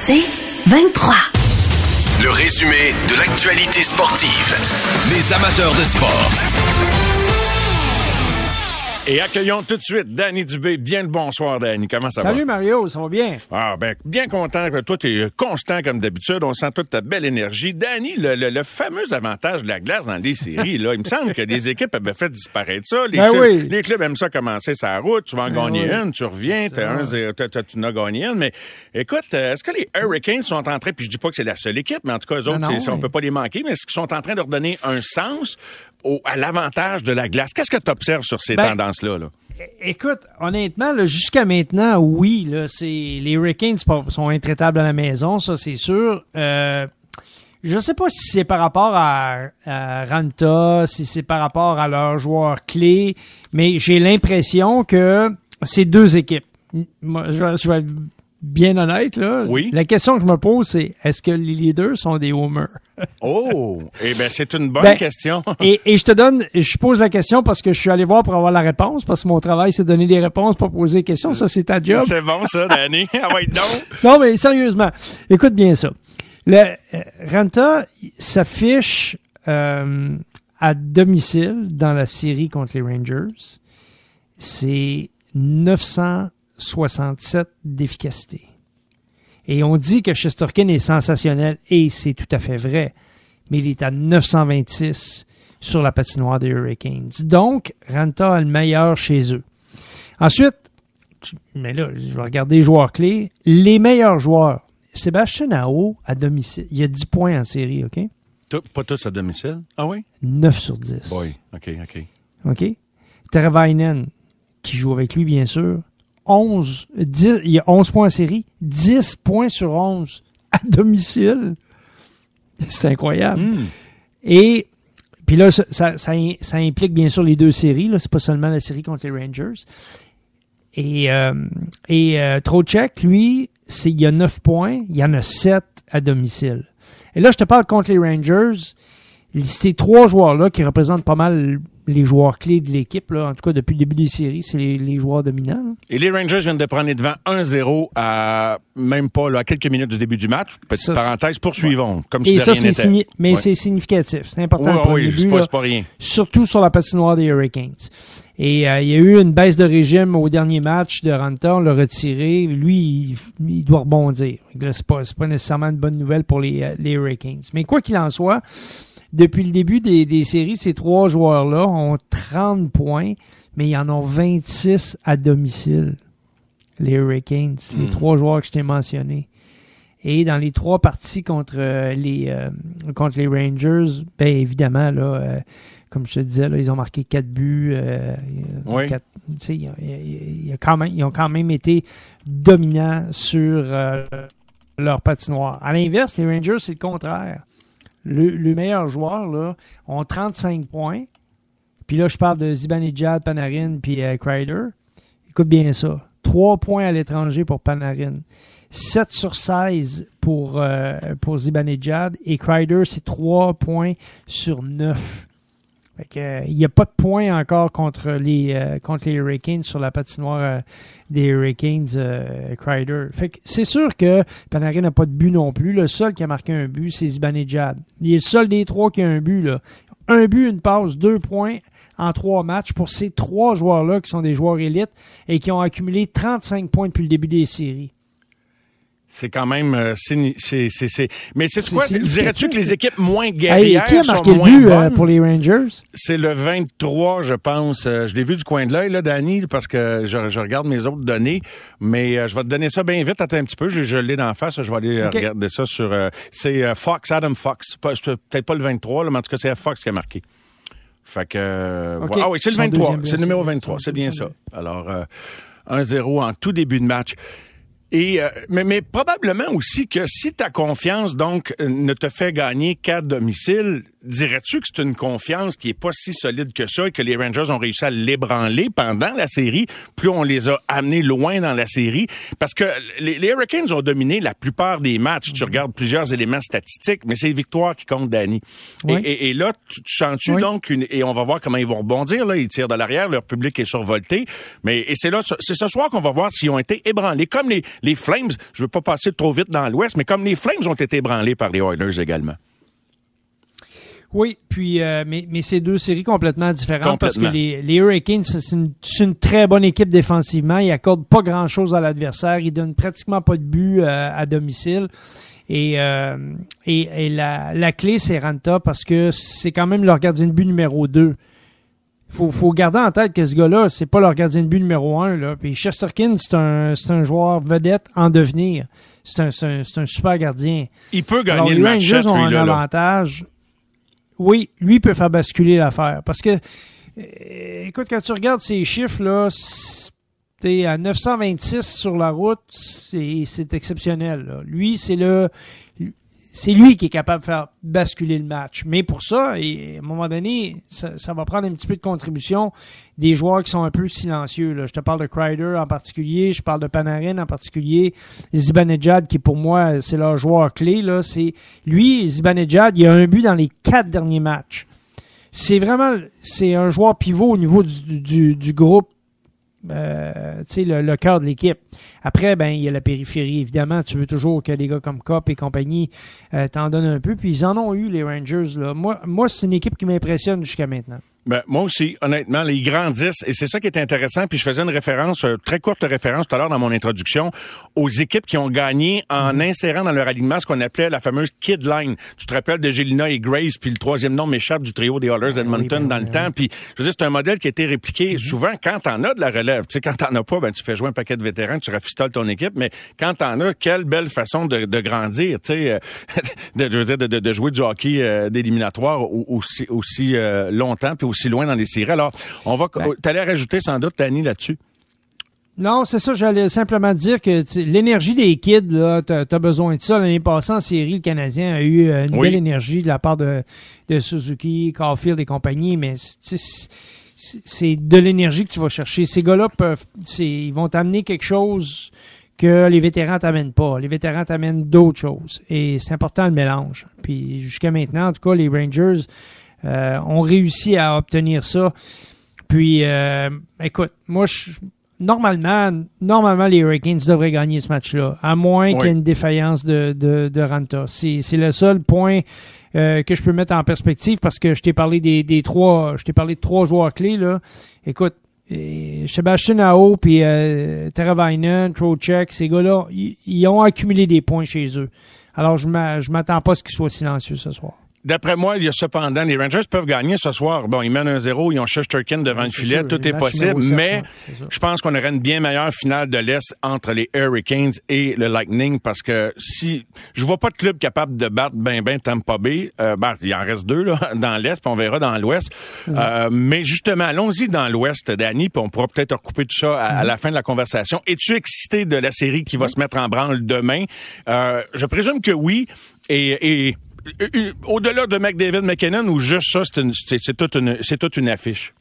C'est 23. Le résumé de l'actualité sportive. Les amateurs de sport. Et accueillons tout de suite Danny Dubé. Bien le bonsoir, Danny. Comment ça va? Salut Mario, ça va bien? Ah, ben, bien content que toi, t'es constant comme d'habitude. On sent toute ta belle énergie. Danny, le fameux avantage de la glace dans les séries, là, il me semble que des équipes avaient fait disparaître ça. Les clubs aiment ça commencer sa route. Tu vas en gagner une, tu reviens, tu en as gagné une. Mais écoute, est-ce que les Hurricanes sont en train, puis je dis pas que c'est la seule équipe, mais en tout cas, eux autres, on peut pas les manquer, mais est-ce qu'ils sont en train de redonner un sens à l'avantage de la glace? Qu'est-ce que tu observes sur ces tendances-là? Là? Écoute, honnêtement, là, jusqu'à maintenant, oui, là, les Hurricanes sont intraitables à la maison, ça c'est sûr. Je sais pas si c'est par rapport à Ranta, si c'est par rapport à leurs joueurs clés, mais j'ai l'impression que c'est deux équipes. Moi, je vais être bien honnête, là. Oui. La question que je me pose, c'est est-ce que les leaders sont des homers? Oh! Eh bien, c'est une bonne question. et je pose la question parce que je suis allé voir pour avoir la réponse, parce que mon travail, c'est de donner des réponses, pas poser des questions. Ça, c'est ta job. C'est bon, ça, Danny. Ah ouais, donc. Non, mais sérieusement, écoute bien ça. Le Ranta s'affiche à domicile dans la série contre les Rangers. C'est 967 d'efficacité. Et on dit que Shesterkin est sensationnel, et c'est tout à fait vrai, mais il est à 926 sur la patinoire des Hurricanes. Donc, Ranta a le meilleur chez eux. Ensuite, mais là, je vais regarder les joueurs clés. Les meilleurs joueurs, Sébastien Aho à domicile, il y a 10 points en série, OK? Pas tous à domicile? Ah oui? 9 sur 10. Oui, OK. OK? Teravainen, qui joue avec lui, bien sûr, 10, il y a 11 points en série, 10 points sur 11 à domicile. C'est incroyable. Et puis là, ça implique bien sûr les deux séries. Là, c'est pas seulement la série contre les Rangers. Et Trocheck, lui, il y a 9 points, il y en a 7 à domicile. Et là, je te parle contre les Rangers. Ces trois joueurs-là qui représentent pas mal les joueurs clés de l'équipe, là, en tout cas depuis le début des séries, c'est les joueurs dominants. Là. Et les Rangers viennent de prendre les devants 1-0 à même pas là, à quelques minutes du début du match. Petite parenthèse, poursuivons, comme si de rien n'était. Mais c'est significatif, c'est important pour le début. C'est pas rien. Surtout sur la patinoire des Hurricanes. Et il y a eu une baisse de régime au dernier match de Ranta, on l'a retiré. Lui, il doit rebondir. Là, c'est pas nécessairement une bonne nouvelle pour les Hurricanes. Mais quoi qu'il en soit, depuis le début des séries, ces trois joueurs-là ont 30 points, mais ils en ont 26 à domicile. Les Hurricanes, les trois joueurs que je t'ai mentionnés. Et dans les trois parties contre les Rangers, ben évidemment, là, comme je te disais, là, ils ont marqué 4 buts. Ils ont quand même été dominants sur leur patinoire. À l'inverse, les Rangers, c'est le contraire. Le meilleur joueur, là, ont 35 points. Puis là, je parle de Zibanejad, Panarin puis Kreider. Écoute bien ça. 3 points à l'étranger pour Panarin. 7 sur 16 pour Zibanejad. Et Kreider, c'est 3 points sur 9. Fait que, il n'y a pas de points encore contre les Hurricanes sur la patinoire des Hurricanes, Kreider. Fait que c'est sûr que Panarin n'a pas de but non plus. Le seul qui a marqué un but, c'est Zibanejad. Il est le seul des trois qui a un but, là. Un but, une passe, 2 points en 3 matchs pour ces 3 joueurs-là qui sont des joueurs élites et qui ont accumulé 35 points depuis le début des séries. C'est quand même... Mais c'est quoi? Dirais-tu que les équipes moins guerrières qui a marqué sont moins le but bonnes? pour les Rangers? C'est le 23, je pense. Je l'ai vu du coin de l'œil, là, Danny, parce que je regarde mes autres données. Mais je vais te donner ça bien vite. Attends un petit peu. Je l'ai d'en face. Je vais aller regarder ça sur... c'est Fox, Adam Fox. Peut-être pas le 23, là, mais en tout cas, c'est Fox qui a marqué. Fait que... Ah oui, c'est le 23. C'est le numéro 23. C'est bien ça. Alors, 1-0 en tout début de match. Et mais probablement aussi que si ta confiance donc ne te fait gagner qu'à domicile, dirais-tu que c'est une confiance qui est pas si solide que ça et que les Rangers ont réussi à l'ébranler pendant la série, plus on les a amenés loin dans la série? Parce que les Hurricanes ont dominé la plupart des matchs. Tu regardes plusieurs éléments statistiques, mais c'est les victoires qui comptent, Danny. Oui. Et là, tu sens-tu donc et on va voir comment ils vont rebondir, là. Ils tirent de l'arrière, leur public est survolté. Et c'est ce soir qu'on va voir s'ils ont été ébranlés. Comme les Flames, je veux pas passer trop vite dans l'Ouest, mais comme les Flames ont été ébranlés par les Oilers également. Oui, puis mais c'est deux séries complètement différentes parce que les Hurricanes, c'est une très bonne équipe défensivement. Ils accordent pas grand-chose à l'adversaire. Ils donnent pratiquement pas de but à domicile. Et la clé, c'est Raanta parce que c'est quand même leur gardien de but numéro 2. Faut garder en tête que ce gars-là, c'est pas leur gardien de but numéro 1, là. Puis Shesterkin, c'est un joueur vedette en devenir. C'est un super gardien. Il peut gagner le match. Les Rangers ont un avantage. Oui, lui peut faire basculer l'affaire. Parce que, écoute, quand tu regardes ces chiffres-là, t'es à 926 sur la route, c'est exceptionnel, là. Lui, c'est lui qui est capable de faire basculer le match. Mais pour ça, et à un moment donné, ça va prendre un petit peu de contribution des joueurs qui sont un peu silencieux, là. Je te parle de Kreider en particulier, je parle de Panarin en particulier, Zibanejad qui pour moi, c'est leur joueur clé, là. Zibanejad, il a un but dans les 4 derniers matchs. C'est un joueur pivot au niveau du groupe. Le cœur de l'équipe. Après, il y a la périphérie. Évidemment, tu veux toujours que les gars comme Copp et compagnie t'en donnent un peu. Puis ils en ont eu, les Rangers, là. Moi, c'est une équipe qui m'impressionne jusqu'à maintenant. Moi aussi, honnêtement, ils grandissent et c'est ça qui est intéressant. Puis je faisais une référence, très courte référence tout à l'heure dans mon introduction, aux équipes qui ont gagné en insérant dans leur alignement ce qu'on appelait la fameuse Kid Line. Tu te rappelles de Gélina et Grace, puis le troisième nom m'échappe du trio des Oilers d'Edmonton dans le temps. Puis je veux dire, c'est un modèle qui a été répliqué souvent quand t'en as de la relève. Tu sais, quand t'en as pas, tu fais jouer un paquet de vétérans, tu rafistoles ton équipe. Mais quand t'en as, quelle belle façon de grandir, tu sais, de jouer du hockey d'éliminatoire aussi longtemps puis aussi loin dans les séries. Alors, t'allais rajouter sans doute, Danny, là-dessus? Non, c'est ça. J'allais simplement dire que l'énergie des kids, là, t'as besoin de ça. L'année passée, en série, le Canadien a eu une belle énergie de la part de Suzuki, Caulfield et compagnie, mais c'est de l'énergie que tu vas chercher. Ces gars-là ils vont t'amener quelque chose que les vétérans t'amènent pas. Les vétérans t'amènent d'autres choses. Et c'est important le mélange. Puis jusqu'à maintenant, en tout cas, les Rangers ont réussi à obtenir ça. Puis, écoute, moi, normalement, les Hurricanes devraient gagner ce match-là, à moins qu'il y ait une défaillance de Raanta. C'est le seul point que je peux mettre en perspective parce que je t'ai parlé de trois joueurs clés, là. Écoute, Sebastian Aho puis Teravainen, Trocheck, ces gars-là, ils ont accumulé des points chez eux. Alors, je m'attends pas à ce qu'ils soient silencieux ce soir. D'après moi, il y a cependant, les Rangers peuvent gagner ce soir. Bon, ils mènent 1-0, ils ont Shesterkin devant le filet, sûr, tout est possible, mais je pense qu'on aurait une bien meilleure finale de l'Est entre les Hurricanes et le Lightning parce que je vois pas de club capable de battre ben Tampa Bay. Il en reste 2 là dans l'Est, puis on verra dans l'Ouest. Mais justement, allons-y dans l'Ouest, Danny, puis on pourra peut-être recouper tout ça à la fin de la conversation. Es-tu excité de la série qui va se mettre en branle demain? Je présume que oui, et au-delà de McDavid, McKinnon, ou juste ça, c'est toute une affiche?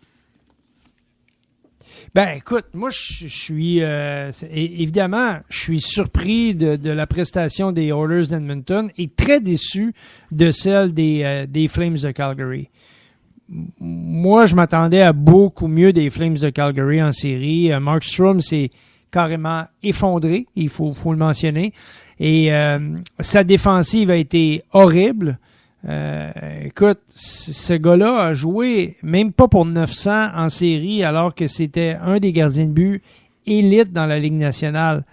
Écoute, moi, je suis évidemment, je suis surpris de la prestation des Oilers d'Edmonton et très déçu de celle des Flames de Calgary. Moi, je m'attendais à beaucoup mieux des Flames de Calgary en série. Markstrom s'est carrément effondré, il faut le mentionner. Et sa défensive a été horrible. Écoute, ce gars-là a joué même pas pour 900 en série alors que c'était un des gardiens de but élite dans la Ligue nationale.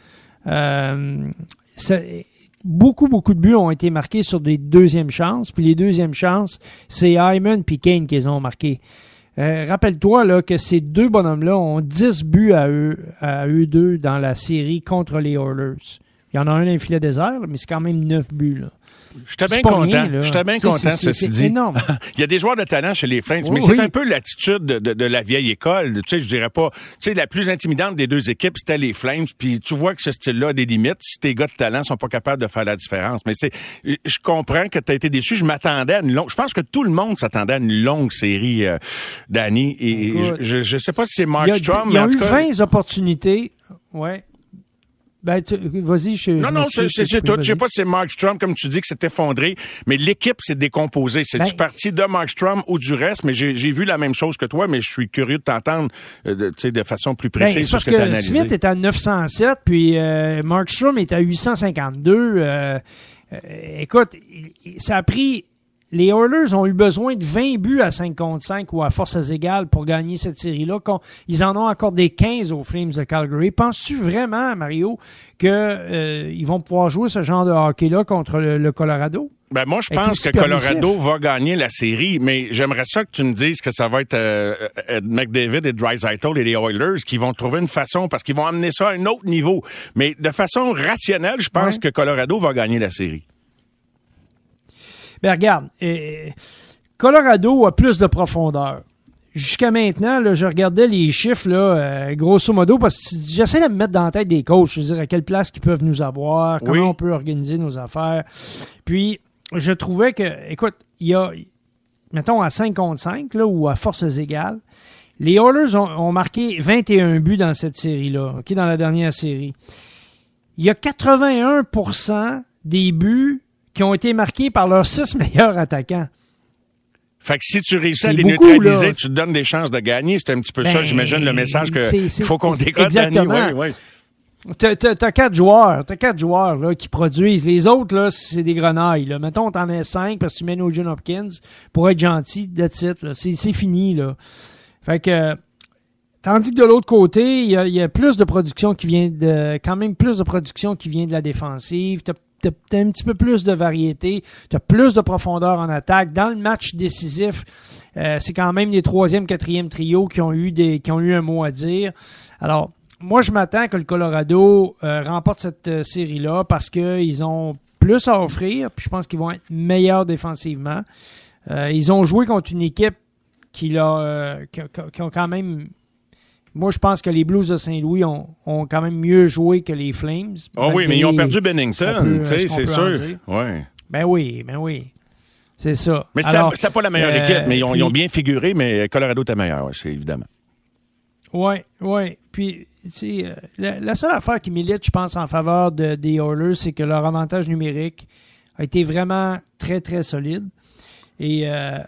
Beaucoup de buts ont été marqués sur des deuxièmes chances. Puis les deuxièmes chances, c'est Hyman puis Kane qui les ont marqués. Rappelle-toi là que ces deux bonhommes-là ont 10 buts à eux deux dans la série contre les Oilers. Il y en a un dans le filet désert, mais c'est quand même 9 buts, là. J'étais bien content, ceci dit. Énorme. Il y a des joueurs de talent chez les Flames, mais c'est un peu l'attitude de la vieille école. Tu sais, je dirais pas... Tu sais, la plus intimidante des deux équipes, c'était les Flames, puis tu vois que ce style-là a des limites. Si tes gars de talent sont pas capables de faire la différence. Mais je comprends que tu as été déçu. Je m'attendais à une longue... Je pense que tout le monde s'attendait à une longue série, Danny. Et je sais pas si c'est Mark Strom, mais en tout cas... Il y a eu 20 opportunités. Ouais. Ben, vas-y, Non, c'est tout. Je sais pas si c'est Mark Strom, comme tu dis, que c'est effondré, mais l'équipe s'est décomposée. C'est-tu parti de Mark Strom ou du reste? Mais j'ai vu la même chose que toi, mais je suis curieux de t'entendre de façon plus précise sur ce que tu as analysé. Smith est à 907, puis Mark Strom est à 852. Écoute, ça a pris... Les Oilers ont eu besoin de 20 buts à 5 contre 5 ou à forces égales pour gagner cette série-là. Ils en ont accordé 15 aux Flames de Calgary. Penses-tu vraiment, Mario, que ils vont pouvoir jouer ce genre de hockey-là contre le Colorado? Ben moi, je pense que Colorado va gagner la série, mais j'aimerais ça que tu me dises que ça va être McDavid et Draisaitl et les Oilers qui vont trouver une façon, parce qu'ils vont amener ça à un autre niveau. Mais de façon rationnelle, je pense que Colorado va gagner la série. Ben regarde, Colorado a plus de profondeur. Jusqu'à maintenant, là, je regardais les chiffres, là, grosso modo, parce que j'essaie de me mettre dans la tête des coachs, je veux dire à quelle place ils peuvent nous avoir, comment on peut organiser nos affaires. Puis, je trouvais que, écoute, il y a, mettons, à 5 contre 5, là, ou à forces égales, les Oilers ont marqué 21 buts dans cette série-là, OK, dans la dernière série. Il y a 81% des buts qui ont été marqués par leurs 6 meilleurs attaquants. Fait que si tu réussis à les neutraliser, là, tu te donnes des chances de gagner. C'est un petit peu ça, j'imagine, le message qu'il faut qu'on décolle. Exactement. Oui. T'as 4 joueurs. T'as 4 joueurs là, qui produisent. Les autres, là, c'est des grenailles. Là. Mettons, t'en mets 5 parce que tu mets Nugent Hopkins pour être gentil, that's it, là. C'est fini. Là. Fait que tandis que de l'autre côté, il y a plus de production qui vient quand même plus de production qui vient de la défensive. T'as un petit peu plus de variété, t'as plus de profondeur en attaque. Dans le match décisif, c'est quand même les 3e, 4e trios qui ont eu un mot à dire. Alors, moi, je m'attends que le Colorado remporte cette série-là parce qu'ils ont plus à offrir, puis je pense qu'ils vont être meilleurs défensivement. Ils ont joué contre une équipe qui ont quand même... Moi, je pense que les Blues de Saint-Louis ont quand même mieux joué que les Flames. Oh oui, mais ils ont perdu Bennington, tu sais, c'est sûr. Ouais. Ben oui. C'est ça. Mais c'était pas la meilleure équipe, mais ils ont bien figuré, mais Colorado était meilleur, c'est évidemment. Oui. Puis, tu sais, la seule affaire qui milite, je pense, en faveur des Oilers, c'est que leur avantage numérique a été vraiment très, très solide. Et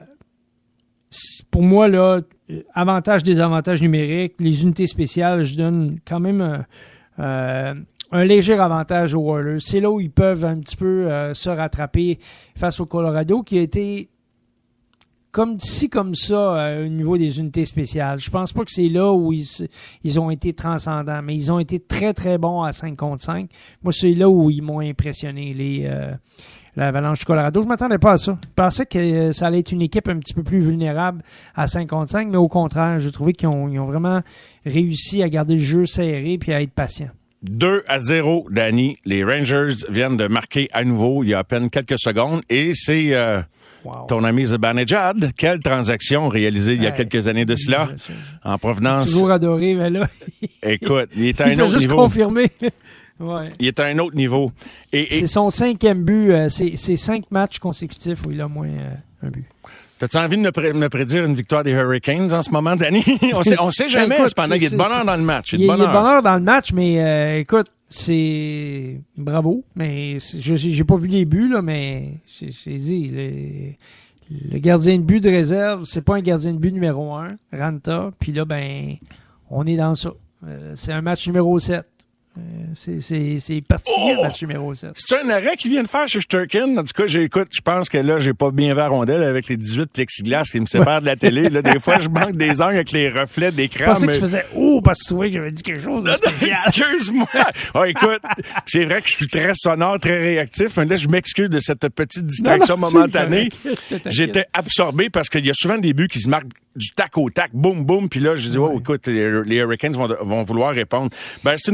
pour moi, là, avantage, désavantage numérique, les unités spéciales, je donne quand même un léger avantage aux Oilers. C'est là où ils peuvent un petit peu se rattraper face au Colorado, qui a été comme ça au niveau des unités spéciales. Je pense pas que c'est là où ils ont été transcendants, mais ils ont été très, très bons à 5 contre 5. Moi, c'est là où ils m'ont impressionné, l'Avalanche du Colorado. Je m'attendais pas à ça. Je pensais que ça allait être une équipe un petit peu plus vulnérable à 5 contre 5, mais au contraire, j'ai trouvé qu'ils ont vraiment réussi à garder le jeu serré et à être patients. 2-0, Danny. Les Rangers viennent de marquer à nouveau il y a à peine quelques secondes et c'est ton ami Zibanejad. Quelle transaction réalisée il y a quelques années de cela en provenance. Toujours adoré, mais là. Écoute, il est à un autre juste niveau. Confirmer. Ouais. Il est à un autre niveau. C'est son 5e but. C'est 5 matchs consécutifs où il a moins un but. T'as-tu envie de me prédire une victoire des Hurricanes en ce moment, Danny? on sait jamais, écoute, cependant. Il y a de bonheur dans le match. Il y a de bonheur dans le match, mais écoute, c'est bravo. Mais j'ai pas vu les buts, là, mais j'ai dit, le gardien de but de réserve, c'est pas un gardien de but numéro 1, Ranta. Puis là, ben, on est dans ça. C'est un match numéro 7. C'est particulier, le match numéro 7. C'est un arrêt qu'il vient de faire chez Sturkin. En tout cas, je pense que là, j'ai pas bien vu la rondelle avec les 18 plexiglas qui me séparent de la télé. Là, des fois, je manque des angles avec les reflets d'écran. Je pensais que tu faisais parce que tu trouvais que j'avais dit quelque chose de spécial. Excuse-moi. Écoute, c'est vrai que je suis très sonore, très réactif. Mais là, je m'excuse de cette petite distraction momentanée. J'étais absorbé parce qu'il y a souvent des buts qui se marquent du tac au tac, boum, boum. Puis là, je dis, écoute, les Hurricanes vont vouloir répondre. Ben, c'est une belle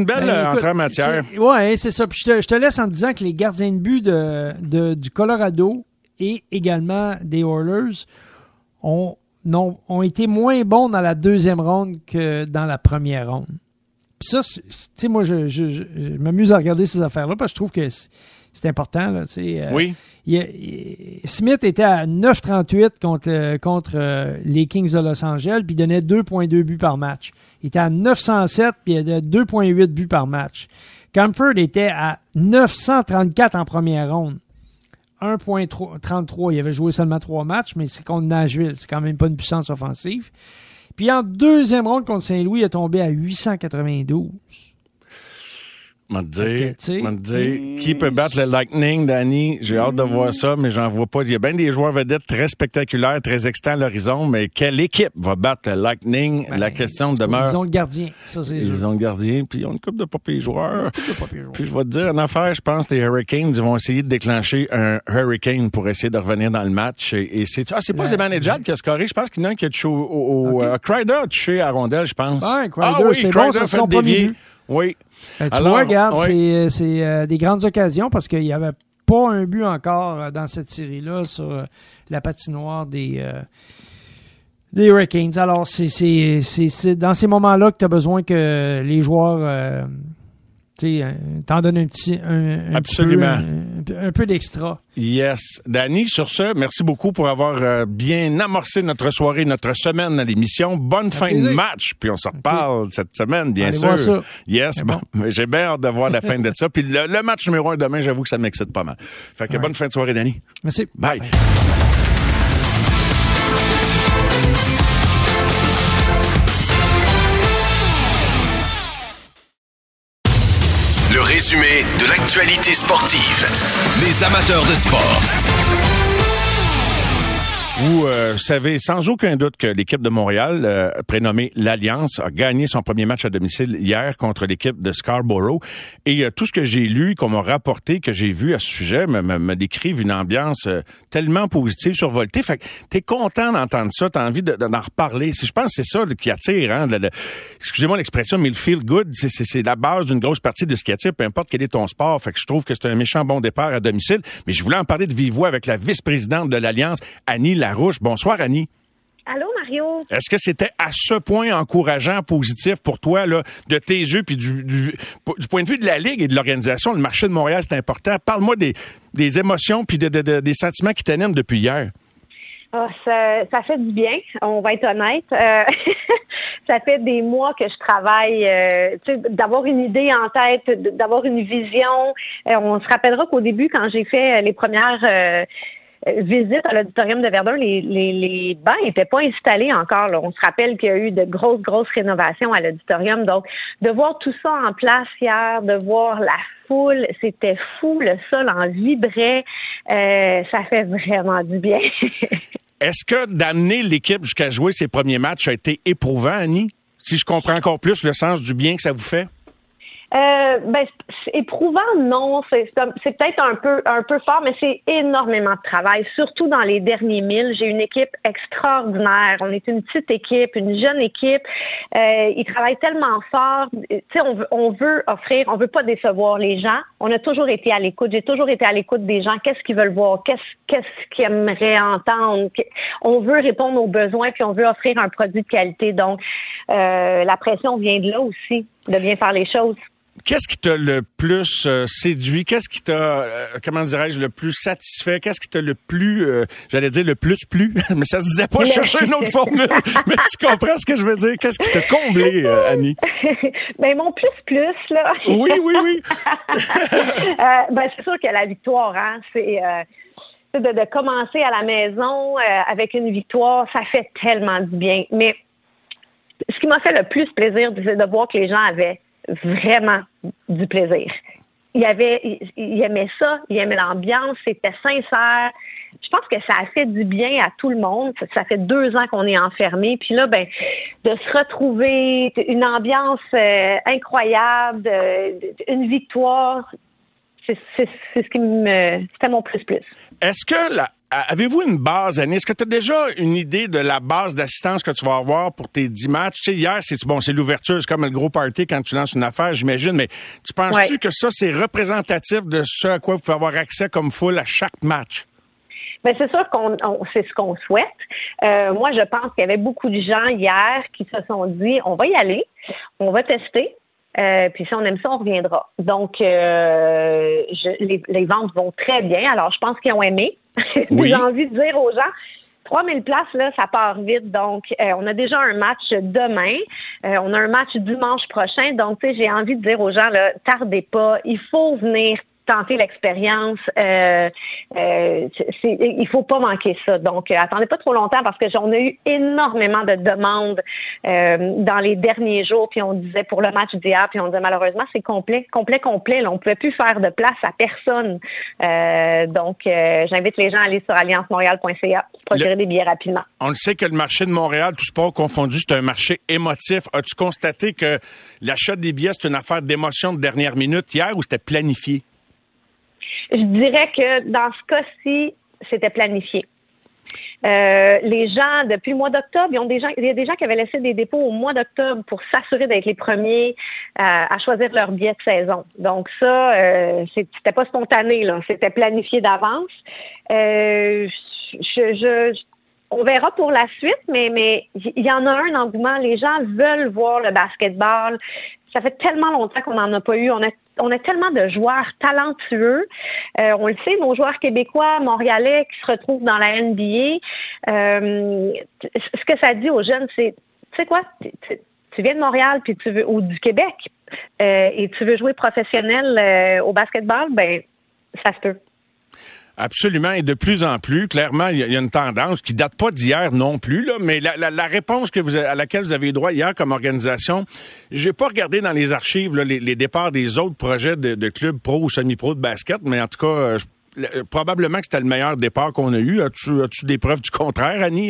entrer en matière. Oui, c'est ça. Puis je te laisse en te disant que les gardiens de but du Colorado et également des Oilers ont été moins bons dans la deuxième ronde que dans la première ronde. Puis ça, tu sais, moi, je m'amuse à regarder ces affaires-là parce que je trouve que c'est important. Là, oui. Smith était à 9,38 contre les Kings de Los Angeles, puis il donnait 2,2 buts par match. Il était à 907, puis il donnait 2,8 buts par match. Camford était à 934 en première ronde. 1,33. Il avait joué seulement 3 matchs, mais c'est contre Nashville. C'est quand même pas une puissance offensive. Puis en deuxième ronde contre Saint-Louis, il est tombé à 892. M'a dire, qui peut battre le Lightning, Danny? J'ai hâte de voir ça, mais j'en vois pas. Il y a bien des joueurs vedettes très spectaculaires, très excitants à l'horizon, mais quelle équipe va battre le Lightning? La question demeure. Ils ont le gardien, ça c'est sûr. Ils ont le gardien, puis ils ont une couple de papiers joueurs. Puis je vais te dire, en affaire, je pense que les Hurricanes, ils vont essayer de déclencher un Hurricane pour essayer de revenir dans le match. Et c'est pas Zibanejad qui a scoré. Je pense qu'il y en a un qui a touché Kreider a touché à rondelle, je pense. Ouais, Kreider, c'est bon, ça fait dévier. Oui. Tu vois, regarde, c'est des grandes occasions parce qu'il n'y avait pas un but encore dans cette série-là sur la patinoire des Hurricanes. Alors, c'est dans ces moments-là que tu as besoin que les joueurs t'en donnent un peu d'extra. Yes. Danny, sur ce, merci beaucoup pour avoir bien amorcé notre soirée, notre semaine à l'émission. Bonne fin de match, puis on se reparle cette semaine, bien sûr. Voir ça. Yes, bon. J'ai bien hâte de voir la fin de ça. Puis le match numéro 1 demain, j'avoue que ça m'excite pas mal. Fait que bonne fin de soirée, Danny. Merci. Bye. Le résumé de l'actualité sportive. Les amateurs de sport. Vous savez sans aucun doute que l'équipe de Montréal, prénommée l'Alliance, a gagné son premier match à domicile hier contre l'équipe de Scarborough. Et tout ce que j'ai lu, qu'on m'a rapporté, que j'ai vu à ce sujet, me décrivent une ambiance tellement positive, survoltée. Fait que t'es content d'entendre ça, t'as envie d'en reparler. Je pense que c'est ça qui attire. Hein, excusez-moi l'expression, mais le feel good, c'est la base d'une grosse partie de ce qui attire, peu importe quel est ton sport. Fait que je trouve que c'est un méchant bon départ à domicile. Mais je voulais en parler de vive voix avec la vice-présidente de l'Alliance, Annie Larouche. Bonsoir, Annie. Allô, Mario. Est-ce que c'était à ce point encourageant, positif pour toi, là, de tes yeux, puis du point de vue de la Ligue et de l'organisation, le marché de Montréal, c'est important. Parle-moi des émotions puis des sentiments qui t'animent depuis hier. Oh, ça fait du bien, on va être honnête. Ça fait des mois que je travaille, d'avoir une idée en tête, d'avoir une vision. On se rappellera qu'au début, quand j'ai fait les premières visite à l'auditorium de Verdun, les bancs n'étaient pas installés encore. Là. On se rappelle qu'il y a eu de grosses rénovations à l'auditorium. Donc, de voir tout ça en place hier, de voir la foule, c'était fou. Le sol en vibrait. Ça fait vraiment du bien. Est-ce que d'amener l'équipe jusqu'à jouer ses premiers matchs a été éprouvant, Annie? Si je comprends encore plus le sens du bien que ça vous fait? Éprouvant, non, c'est peut-être un peu fort, mais c'est énormément de travail, surtout dans les derniers milles. J'ai une équipe extraordinaire. On est une petite équipe, une jeune équipe. Ils travaillent tellement fort. Tu sais, on veut offrir, on veut pas décevoir les gens. On a toujours été à l'écoute. J'ai toujours été à l'écoute des gens. Qu'est-ce qu'ils veulent voir? Qu'est-ce qu'ils aimeraient entendre? On veut répondre aux besoins, puis on veut offrir un produit de qualité. Donc, la pression vient de là aussi, de bien faire les choses. Qu'est-ce qui t'a le plus séduit? Qu'est-ce qui t'a, le plus satisfait? Qu'est-ce qui t'a le plus, j'allais dire le plus plu, mais ça se disait pas, je cherchais une autre formule. Mais tu comprends ce que je veux dire? Qu'est-ce qui t'a comblé, Annie? Mon plus, là. Oui. C'est sûr que la victoire, hein, c'est de commencer à la maison avec une victoire, ça fait tellement du bien. Mais ce qui m'a fait le plus plaisir, c'est de voir que les gens avaient vraiment du plaisir. Il aimait ça, il aimait l'ambiance, c'était sincère. Je pense que ça a fait du bien à tout le monde. Ça fait 2 ans qu'on est enfermés. Puis là, de se retrouver, une ambiance incroyable, une victoire, c'est ce qui c'était mon plus. Est-ce que Avez-vous une base, Annie? Est-ce que tu as déjà une idée de la base d'assistance que tu vas avoir pour tes 10 matchs? Tu sais, hier, c'est l'ouverture, c'est comme le gros party quand tu lances une affaire, j'imagine, mais tu penses-tu que ça, c'est représentatif de ce à quoi vous pouvez avoir accès comme foule à chaque match? Ben c'est sûr c'est ce qu'on souhaite. Moi, je pense qu'il y avait beaucoup de gens hier qui se sont dit, on va y aller, on va tester. Puis si on aime ça, on reviendra. Donc, les ventes vont très bien. Alors, je pense qu'ils ont aimé. Oui. J'ai envie de dire aux gens, 3000 places, là, ça part vite. Donc, on a déjà un match demain. On a un match dimanche prochain. Donc, tu sais, j'ai envie de dire aux gens, là, tardez pas. Il faut venir tenter l'expérience. Il faut pas manquer ça. Donc, attendez pas trop longtemps parce que on a eu énormément de demandes dans les derniers jours. Puis on disait pour le match d'hier, puis on disait malheureusement c'est complet. Là, on pouvait plus faire de place à personne. Donc, j'invite les gens à aller sur alliancemontréal.ca pour procurer des billets rapidement. On le sait que le marché de Montréal, tout sport confondu, c'est un marché émotif. As-tu constaté que l'achat des billets, c'est une affaire d'émotion de dernière minute hier ou c'était planifié? Je dirais que dans ce cas-ci, c'était planifié. Les gens, depuis le mois d'octobre, il y a des gens qui avaient laissé des dépôts au mois d'octobre pour s'assurer d'être les premiers à choisir leur billet de saison. Donc ça, c'était pas spontané, là, c'était planifié d'avance. On verra pour la suite, mais il y en a un engouement. Les gens veulent voir le basketball. Ça fait tellement longtemps qu'on n'en a pas eu. On a tellement de joueurs talentueux. On le sait, nos joueurs québécois, montréalais qui se retrouvent dans la NBA. Ce que ça dit aux jeunes, c'est, tu sais quoi, tu viens de Montréal puis ou du Québec et tu veux jouer professionnel au basketball, ben ça se peut. Absolument, et de plus en plus, clairement, il y a une tendance qui date pas d'hier non plus, là, mais la réponse à laquelle vous avez eu droit hier comme organisation, j'ai pas regardé dans les archives là, les départs des autres projets de clubs pro ou semi-pro de basket, mais en tout cas, probablement que c'était le meilleur départ qu'on a eu. As-tu des preuves du contraire, Annie?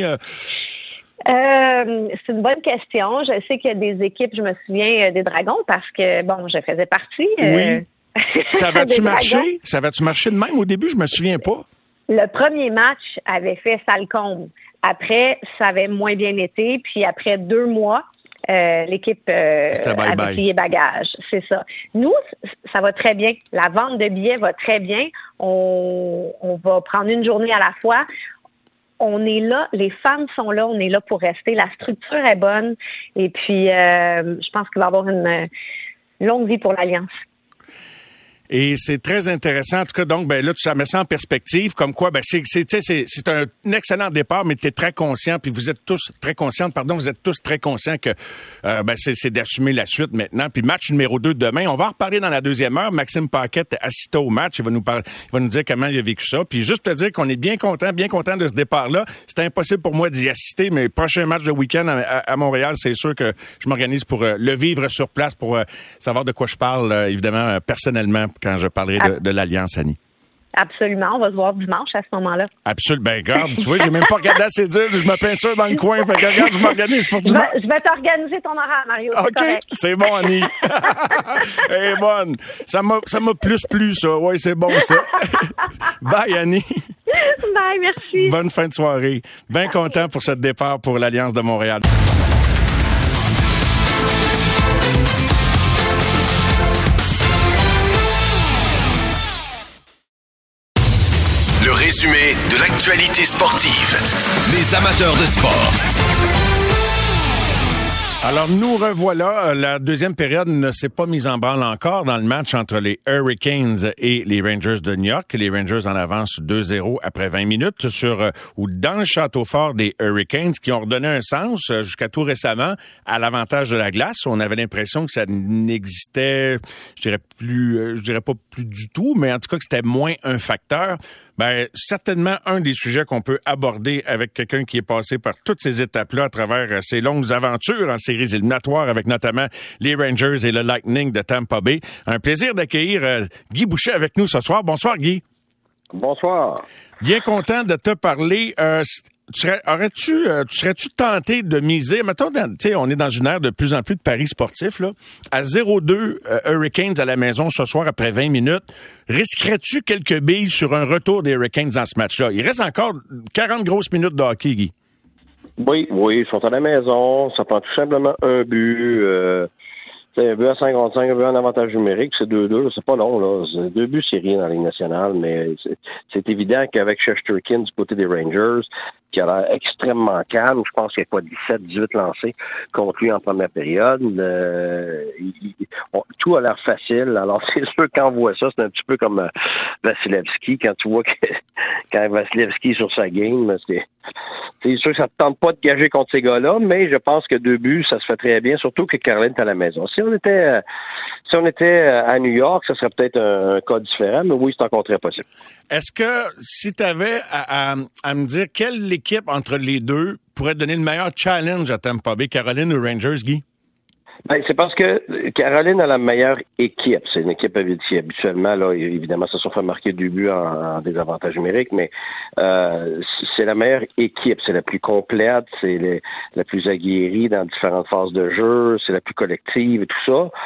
C'est une bonne question. Je sais qu'il y a des équipes, je me souviens des Dragons, parce que, bon, je faisais partie. Oui. Ça va-tu marcher? Ça va-tu marcher de même au début? Je me souviens pas. Le premier match avait fait sale comble. Après, ça avait moins bien été. Puis après 2 mois, l'équipe avait plié bagage. C'est ça. Nous, ça va très bien. La vente de billets va très bien. On va prendre une journée à la fois. On est là, les fans sont là, on est là pour rester. La structure est bonne. Et puis, je pense qu'il va y avoir une longue vie pour l'Alliance. Et c'est très intéressant. En tout cas, donc, ben là, ça met ça en perspective, comme quoi, ben, c'est un excellent départ, mais tu es très conscient, puis vous êtes tous très conscients que, c'est d'assumer la suite maintenant. Puis match numéro 2 demain. On va en reparler dans la deuxième heure. Maxime Paquette assiste au match. Il va nous dire comment il a vécu ça. Puis juste te dire qu'on est bien content de ce départ-là. C'était impossible pour moi d'y assister, mais prochain match de week-end à Montréal, c'est sûr que je m'organise pour le vivre sur place, pour savoir de quoi je parle, évidemment, personnellement, quand je parlerai de l'Alliance, Annie. Absolument. On va se voir dimanche à ce moment-là. Absolument. Ben, regarde, tu vois, j'ai même pas regardé assez dire. Je me peinture dans le coin. Fait que regarde, je m'organise pour dimanche. Je vais t'organiser ton horaire, Mario. OK. C'est bon, Annie. Elle est bonne. Ça m'a plu, ça. Oui, c'est bon, ça. Bye, Annie. Bye, merci. Bonne fin de soirée. Bien content pour ce départ pour l'Alliance de Montréal. Le résumé de l'actualité sportive. Les amateurs de sport. Alors, nous revoilà. La deuxième période ne s'est pas mise en branle encore dans le match entre les Hurricanes et les Rangers de New York. Les Rangers en avance 2-0 après 20 minutes ou dans le château fort des Hurricanes qui ont redonné un sens jusqu'à tout récemment à l'avantage de la glace. On avait l'impression que ça n'existait, je dirais pas plus du tout, mais en tout cas que c'était moins un facteur. Ben, certainement un des sujets qu'on peut aborder avec quelqu'un qui est passé par toutes ces étapes-là à travers ses longues aventures en séries éliminatoires avec notamment les Rangers et le Lightning de Tampa Bay. Un plaisir d'accueillir Guy Boucher avec nous ce soir. Bonsoir, Guy. Bonsoir. Bien content de te parler. serais-tu tenté de miser, mettons, on est dans une ère de plus en plus de paris sportifs, là, à 0-2 Hurricanes à la maison ce soir après 20 minutes, risquerais-tu quelques billes sur un retour des Hurricanes dans ce match-là? Il reste encore 40 grosses minutes de hockey, Guy. Oui, ils sont à la maison, ça prend tout simplement un but, un but à 55, un but en avantage numérique, c'est 2-2, c'est pas long, là. 2 buts, c'est rien dans la Ligue nationale, mais c'est évident qu'avec Shesterkin du côté des Rangers, qui a l'air extrêmement calme, je pense qu'il y a 17-18 lancés contre lui en première période, tout a l'air facile, alors c'est sûr quand on voit ça, c'est un petit peu comme Vasilevski, quand tu vois quand Vasilevski est sur sa game, c'est sûr que ça ne te tente pas de gager contre ces gars-là, mais je pense que 2 buts, ça se fait très bien, surtout que Caroline est à la maison. Si on était à New York, ça serait peut-être un cas différent, mais oui, c'est encore très possible. Est-ce que si tu avais à me dire quelle équipe entre les deux pourrait donner le meilleur challenge à Tampa Bay, Caroline ou Rangers, Guy? Ben, c'est parce que Caroline a la meilleure équipe. C'est une équipe qui habituellement, là, évidemment, ça se fait marquer du but en désavantage numérique, mais c'est la meilleure équipe. C'est la plus complète, c'est la plus aguerrie dans différentes phases de jeu, c'est la plus collective et tout ça.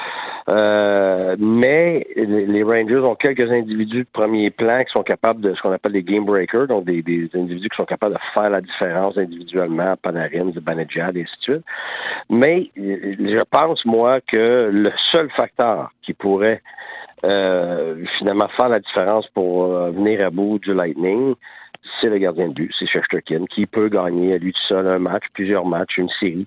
Mais les Rangers ont quelques individus de premier plan qui sont capables de ce qu'on appelle des game breakers, donc des individus qui sont capables de faire la différence individuellement, Panarin, Zibanejad, et ainsi de suite. Mais je pense, moi, que le seul facteur qui pourrait finalement faire la différence pour venir à bout du Lightning, c'est le gardien de but, c'est Shesterkin, qui peut gagner à lui tout seul un match, plusieurs matchs, une série.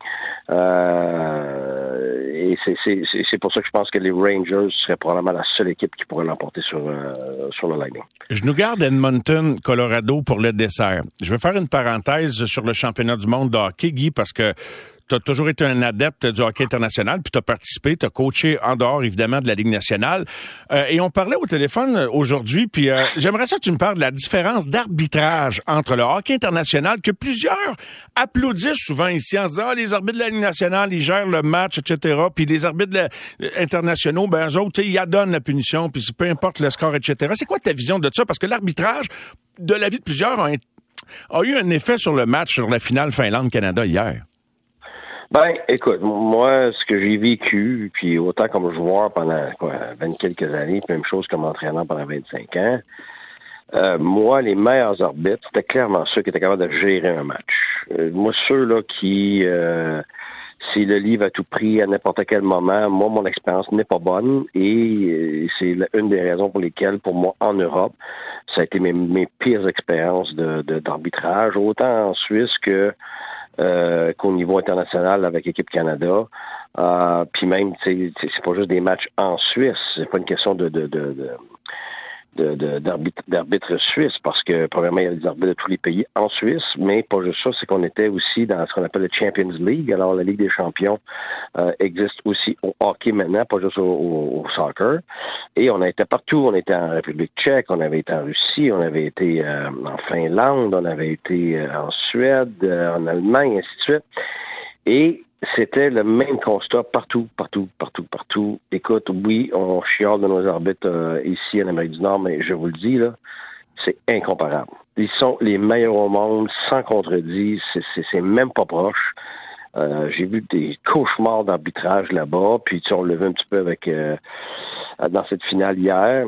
Et c'est pour ça que je pense que les Rangers seraient probablement la seule équipe qui pourrait l'emporter sur le Lightning. Je nous garde Edmonton, Colorado pour le dessert. Je vais faire une parenthèse sur le championnat du monde de hockey, Guy, parce que tu as toujours été un adepte du hockey international, puis tu as participé, tu as coaché en dehors, évidemment, de la Ligue nationale. Et on parlait au téléphone aujourd'hui, puis j'aimerais ça que tu me parles de la différence d'arbitrage entre le hockey international, que plusieurs applaudissent souvent ici en se disant « Ah, les arbitres de la Ligue nationale, ils gèrent le match, etc. » Puis les arbitres internationaux, ben eux autres, ils adonnent la punition, puis peu importe le score, etc. C'est quoi ta vision de ça? Parce que l'arbitrage, de l'avis de plusieurs, a eu un effet sur le match, sur la finale Finlande-Canada hier. Ben, écoute, moi, ce que j'ai vécu, puis autant comme joueur pendant 20 quelques années, puis même chose comme entraîneur pendant 25 ans, moi, les meilleurs arbitres, c'était clairement ceux qui étaient capables de gérer un match. Moi, ceux-là qui, si le livre à tout prix à n'importe quel moment, moi, mon expérience n'est pas bonne, et c'est une des raisons pour lesquelles, pour moi, en Europe, ça a été mes pires expériences d'arbitrage, autant en Suisse qu'au niveau international avec l'équipe Canada. Puis même, c'est pas juste des matchs en Suisse, c'est pas une question d'arbitre suisse, parce que premièrement, il y a des arbitres de tous les pays en Suisse, mais pas juste ça, c'est qu'on était aussi dans ce qu'on appelle le Champions League. Alors, la Ligue des champions existe aussi au hockey maintenant, pas juste au soccer. Et on a été partout. On était en République tchèque, on avait été en Russie, on avait été en Finlande, on avait été en Suède, en Allemagne, ainsi de suite. Et c'était le même constat partout. Écoute, oui, on chiale de nos arbitres ici en Amérique du Nord, mais je vous le dis, là, c'est incomparable. Ils sont les meilleurs au monde, sans contredit, c'est même pas proche. J'ai vu des cauchemars d'arbitrage là-bas, puis on le vu un petit peu avec dans cette finale hier.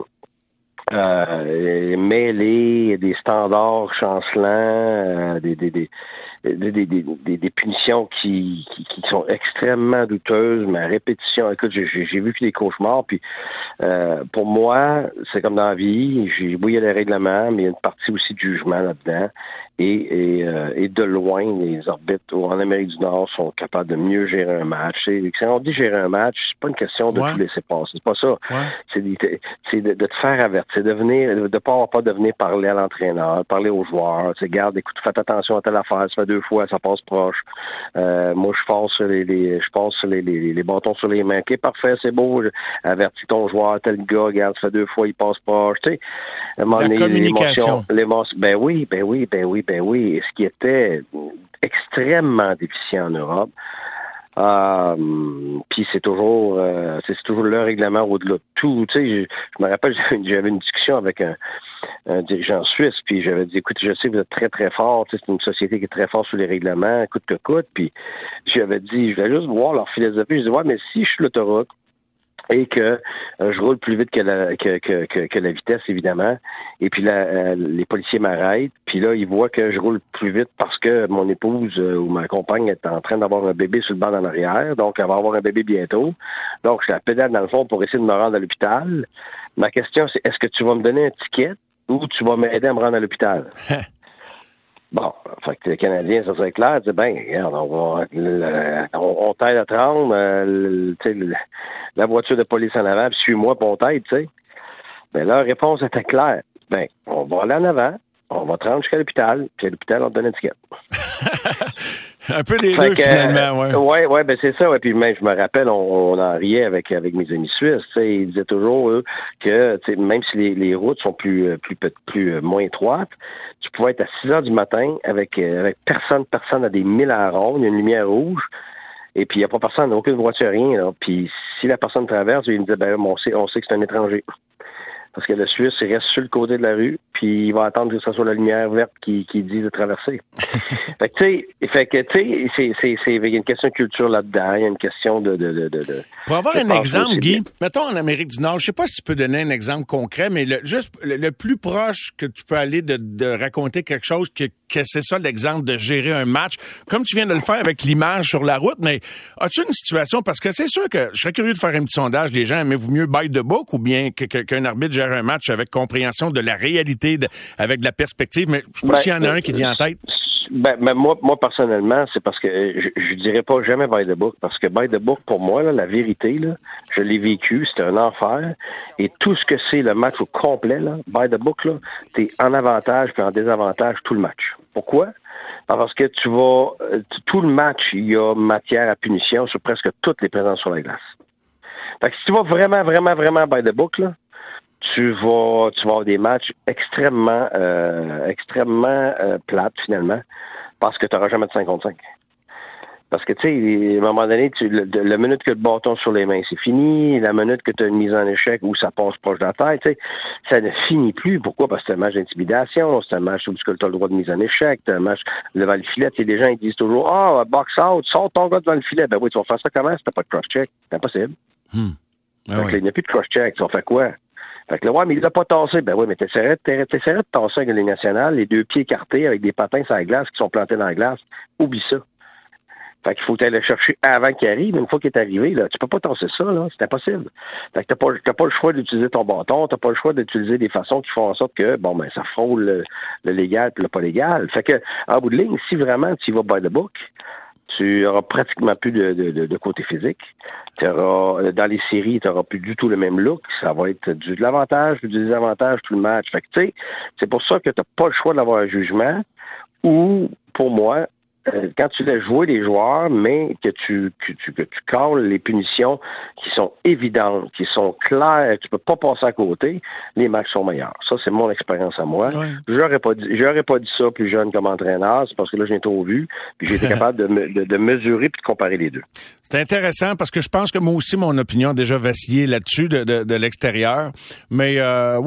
Mêlés, des standards chancelants, des punitions qui sont extrêmement douteuses, mais à répétition. Écoute, j'ai vu que des cauchemars, puis pour moi, c'est comme dans la vie, oui, il y a les règlements, mais il y a une partie aussi de jugement là-dedans. Et de loin, les arbitres en Amérique du Nord sont capables de mieux gérer un match. Quand on dit gérer un match, c'est pas une question de tout laisser passer. C'est pas ça. Ouais. C'est de te faire avertir, de pas de venir parler à l'entraîneur, parler aux joueurs. Garde, écoute, faites attention à telle affaire, ça fait 2 fois, ça passe proche. Moi, je passe les bâtons sur les mains. OK, parfait, c'est beau. Avertis ton joueur, tel gars, regarde, ça fait 2 fois, il passe proche. Tu sais, à un moment donné, communication. L'émotion, ben oui. Et ce qui était extrêmement déficient en Europe. Puis c'est toujours le règlement au-delà de tout. Tu sais, je me rappelle, j'avais une discussion avec dirigeant suisse, puis j'avais dit, écoute, je sais que vous êtes très, très fort, c'est une société qui est très forte sur les règlements, coûte que coûte, puis j'avais dit, je vais juste voir leur philosophie. Je dis, ouais, mais si je suis l'autoroute et que je roule plus vite que la vitesse, évidemment, et puis là, les policiers m'arrêtent, puis là, ils voient que je roule plus vite parce que mon épouse ou ma compagne est en train d'avoir un bébé sur le banc en arrière, donc elle va avoir un bébé bientôt, donc je la pédale dans le fond pour essayer de me rendre à l'hôpital. Ma question, c'est, est-ce que tu vas me donner un ticket ou tu vas m'aider à me rendre à l'hôpital? Bon, fait que les Canadiens, ça serait clair, disent, ben, regarde, on t'aide à te rendre, la voiture de police en avant, puis suis-moi, puis on t'aide, tu sais. Ben, leur réponse était claire. Ben, on va aller en avant, on va te rendre jusqu'à l'hôpital, puis à l'hôpital, on te donne un ticket. Un peu des deux, finalement, ouais. Ouais, ben c'est ça. Ouais. Puis même, je me rappelle, on en riait avec mes amis suisses. Ils disaient toujours, eux, que même si les routes sont moins étroites, tu pouvais être à 6 heures du matin avec personne à des milles à la ronde, il y a une lumière rouge, et puis il n'y a pas personne, aucune voiture, rien. Là. Puis si la personne traverse, il me disait, ben on sait que c'est un étranger. Parce que le Suisse, il reste sur le côté de la rue, puis il va attendre que ce soit la lumière verte qui dit de traverser. Fait que, tu sais, il y a une question de culture là-dedans, il y a une question de Pour avoir un exemple, Guy, mettons en Amérique du Nord, je sais pas si tu peux donner un exemple concret, mais le plus proche que tu peux aller de raconter quelque chose que c'est ça l'exemple de gérer un match, comme tu viens de le faire avec l'image sur la route, mais as-tu une situation, parce que c'est sûr que je serais curieux de faire un petit sondage, les gens, aimez-vous mieux by the book ou bien qu'un arbitre gère un match avec compréhension de la réalité, avec de la perspective, mais je sais pas s'il y en a un qui vient en tête. Ben, moi, personnellement, c'est parce que je dirais pas jamais by the book, parce que by the book, pour moi, là, la vérité, là, je l'ai vécu, c'était un enfer, et tout ce que c'est le match au complet, là, by the book, là, t'es en avantage puis en désavantage tout le match. Pourquoi? Parce que tout le match, il y a matière à punition sur presque toutes les présences sur la glace. Fait que si tu vas vraiment, vraiment, vraiment by the book, là, tu vas avoir des matchs extrêmement plates, finalement, parce que tu n'auras jamais de 5 contre 5. Parce que, tu sais, à un moment donné, la minute que le bâton sur les mains, c'est fini. La minute que tu as une mise en échec où ça passe proche de la tête, tu sais, ça ne finit plus. Pourquoi? Parce que c'est un match d'intimidation, c'est un match où tu as le droit de mise en échec, c'est un match devant le filet. Tu sais, les gens, ils disent toujours, box out, sors ton gars devant le filet. Ben oui, tu vas faire ça comment si t'as pas de cross-check? C'est impossible. Il n'y a plus de cross-check. Tu vas faire quoi? Fait que là, ouais, mais il l'a pas tassé. Ben oui, mais t'essaierais de tasser avec les nationales, les deux pieds écartés avec des patins sur la glace qui sont plantés dans la glace. Oublie ça. Fait qu'il faut aller le chercher avant qu'il arrive. Une fois qu'il est arrivé, là, tu peux pas tasser ça, là. C'est impossible. Fait que t'as pas le choix d'utiliser ton bâton, t'as pas le choix d'utiliser des façons qui font en sorte que, ça frôle le légal puis le pas légal. Fait que, en bout de ligne, si vraiment tu y vas by the book, tu auras pratiquement plus de côté physique. Dans les séries, tu n'auras plus du tout le même look. Ça va être de l'avantage, du désavantage tout le match. Fait que, tu sais, c'est pour ça que tu n'as pas le choix d'avoir un jugement ou, pour moi, quand tu laisses jouer les joueurs, mais que tu cales les punitions qui sont évidentes, qui sont claires, tu peux pas passer à côté, les matchs sont meilleurs. Ça, c'est mon expérience à moi. Ouais. J'aurais pas dit ça plus jeune comme entraîneur, c'est parce que là, j'ai trop vu, puis j'ai été capable de mesurer puis de comparer les deux. C'est intéressant parce que je pense que moi aussi, mon opinion a déjà vacillé là-dessus de l'extérieur. Mais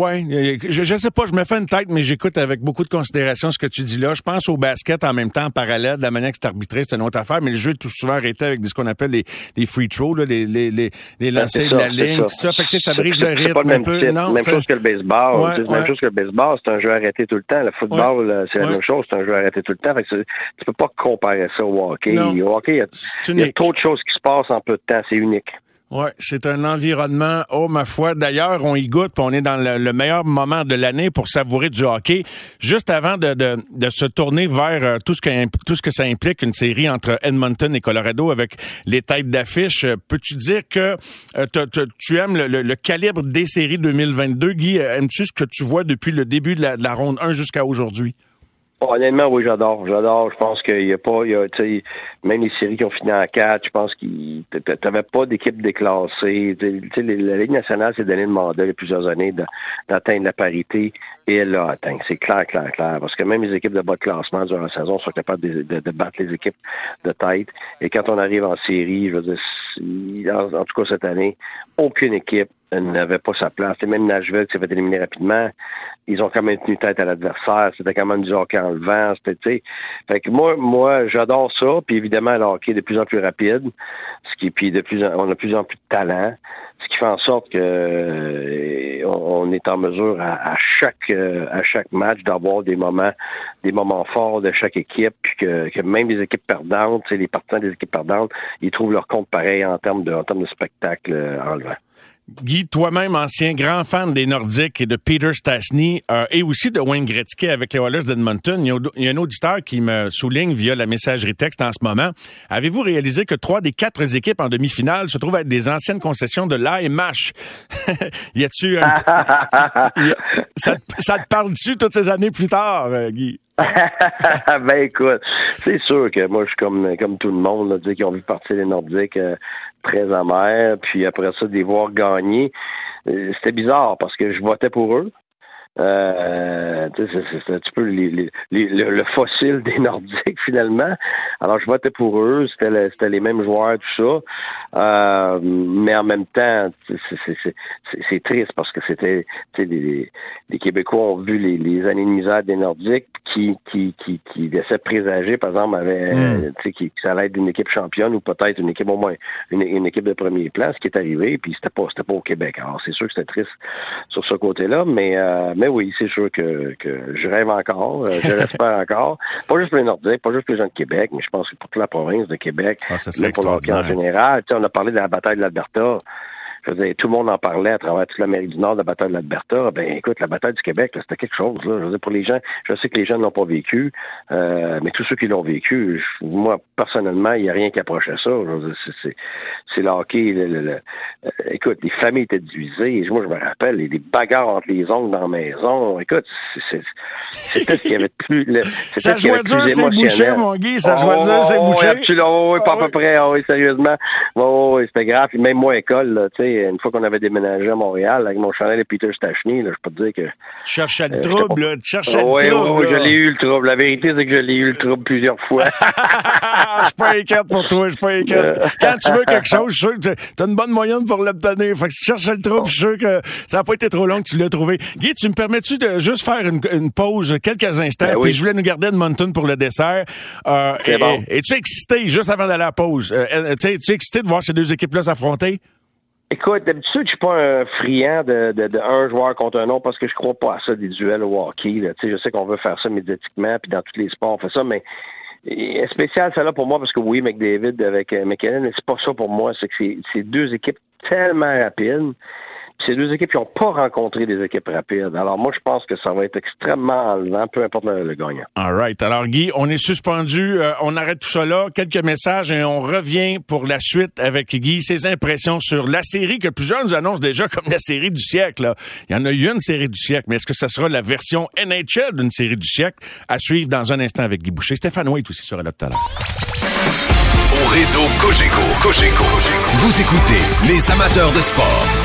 je sais pas, je me fais une tête, mais j'écoute avec beaucoup de considération ce que tu dis là. Je pense au basket en même temps, en parallèle. La manière que c'est arbitré, c'est une autre affaire, mais le jeu est tout souvent arrêté avec ce qu'on appelle les free throws, là, les lancers de la ligne, tout ça. Fait que ça brise le rythme un peu. Non, même chose que le baseball. Même chose que le baseball, c'est un jeu arrêté tout le temps. Le football, c'est la même chose, c'est un jeu arrêté tout le temps. Fait que tu peux pas comparer ça au hockey. Non. Au hockey, il y a trop de choses qui se passent en peu de temps, c'est unique. Ouais, c'est un environnement, ma foi. D'ailleurs, on y goûte, puis on est dans le meilleur moment de l'année pour savourer du hockey. Juste avant de se tourner vers tout ce que ça implique, une série entre Edmonton et Colorado avec les têtes d'affiche, peux-tu dire que tu aimes le calibre des séries 2022? Guy, aimes-tu ce que tu vois depuis le début de la ronde 1 jusqu'à aujourd'hui? Honnêtement, oui, j'adore. Je pense qu'il y a pas, tu sais, même les séries qui ont fini en 4, je pense t'avais pas d'équipe déclassée. Tu sais, la Ligue nationale s'est donné le mandat il y a plusieurs années d'atteindre la parité et elle l'a atteint. C'est clair. Parce que même les équipes de bas de classement durant la saison sont capables de battre les équipes de tête. Et quand on arrive en série, je veux dire, en tout cas cette année, aucune équipe n'avait pas sa place. Et même Nashville qui s'est fait éliminer rapidement, ils ont quand même tenu tête à l'adversaire. C'était quand même du hockey en levant. C'était, tu sais. Fait que moi, j'adore ça. Puis évidemment, le hockey est de plus en plus rapide. On a de plus en plus de talent. Ce qui fait en sorte que on est en mesure à chaque match d'avoir des moments forts de chaque équipe, puis que même les équipes perdantes, les partisans des équipes perdantes, ils trouvent leur compte pareil en termes de spectacle en levant. Guy, toi-même, ancien grand fan des Nordiques et de Peter Stastny et aussi de Wayne Gretzky avec les Oilers d'Edmonton, il y a un auditeur qui me souligne via la messagerie texte en ce moment. Avez-vous réalisé que 3 des 4 équipes en demi-finale se trouvent être des anciennes concessions de l'AMH? Y a-tu ça te parle-tu toutes ces années plus tard, Guy? Ben écoute, c'est sûr que moi je suis comme tout le monde là, qui ont vu partir les Nordiques très amers, puis après ça, de les voir gagner. C'était bizarre parce que je votais pour eux. C'est un petit peu le fossile des Nordiques, finalement. Alors, je votais pour eux. C'était les mêmes joueurs, tout ça. Mais en même temps, c'est triste parce que c'était, les Québécois ont vu les années de misère des Nordiques qui laissaient présager, par exemple, que ça allait être une équipe championne ou peut-être une équipe au moins, une équipe de premier plan, ce qui est arrivé, puis c'était pas au Québec. Alors, c'est sûr que c'était triste sur ce côté-là, mais oui, c'est sûr que je rêve encore, je l'espère encore. Pas juste pour les Nordiques, pas juste pour les gens de Québec, mais je pense que pour toute la province de Québec, pour le hockey en général. On a parlé de la bataille de l'Alberta. Je veux dire, tout le monde en parlait à travers toute l'Amérique du Nord de la bataille de l'Alberta. Ben, écoute, la bataille du Québec, là, c'était quelque chose, là. Je veux dire, pour les gens, je sais que les gens ne l'ont pas vécu, mais tous ceux qui l'ont vécu, moi, personnellement, il n'y a rien qui approchait ça. Je veux dire, c'est le hockey. Écoute, les familles étaient divisées. Moi, je me rappelle, les bagarres entre les oncles dans la maison. Écoute, c'était ce qu'il y avait de plus. Ça jouait dur, c'est bouché, mon Guy. Ça jouait dur, c'est bouché. Oui, pas à peu près. Oui, sérieusement. Oui, c'était grave. Puis même moi, école, là, tu sais, une fois qu'on avait déménagé à Montréal, avec mon chandail de Peter Stastny, là, je peux te dire que... Tu cherchais le trouble, là. Tu cherchais le trouble. Oui, je l'ai eu, le trouble. La vérité, c'est que je l'ai eu, le trouble, plusieurs fois. Je suis pas inquiète pour toi, je suis pas inquiète. Quand tu veux quelque chose, je suis sûr que tu as une bonne moyenne pour l'obtenir. Fait que si tu cherchais le trouble, je suis sûr que ça n'a pas été trop long que tu l'as trouvé. Guy, tu me permets-tu de juste faire une pause quelques instants? Puis je voulais nous garder Edmonton pour le dessert. C'est bon. Es-tu excité, juste avant d'aller à la pause? Es-tu excité de voir ces deux équipes-là s'affronter? Écoute, d'habitude, je suis pas un friand de un joueur contre un autre parce que je crois pas à ça des duels au hockey. Là. Je sais qu'on veut faire ça médiatiquement, puis dans tous les sports, on fait ça, mais spécial ça là pour moi parce que oui, McDavid avec McKinnon, mais c'est pas ça pour moi. C'est que c'est deux équipes tellement rapides. Ces deux équipes qui n'ont pas rencontré des équipes rapides. Alors moi, je pense que ça va être extrêmement enlevant, peu importe le gagnant. All right. Alors Guy, on est suspendu. On arrête tout ça là. Quelques messages et on revient pour la suite avec Guy. Ses impressions sur la série que plusieurs nous annoncent déjà comme la série du siècle. Là. Il y en a eu une série du siècle, mais est-ce que ça sera la version NHL d'une série du siècle? À suivre dans un instant avec Guy Boucher. Stéphane Waite aussi sera là tout à l'heure. Au réseau Cogeco. Vous écoutez les amateurs de sport.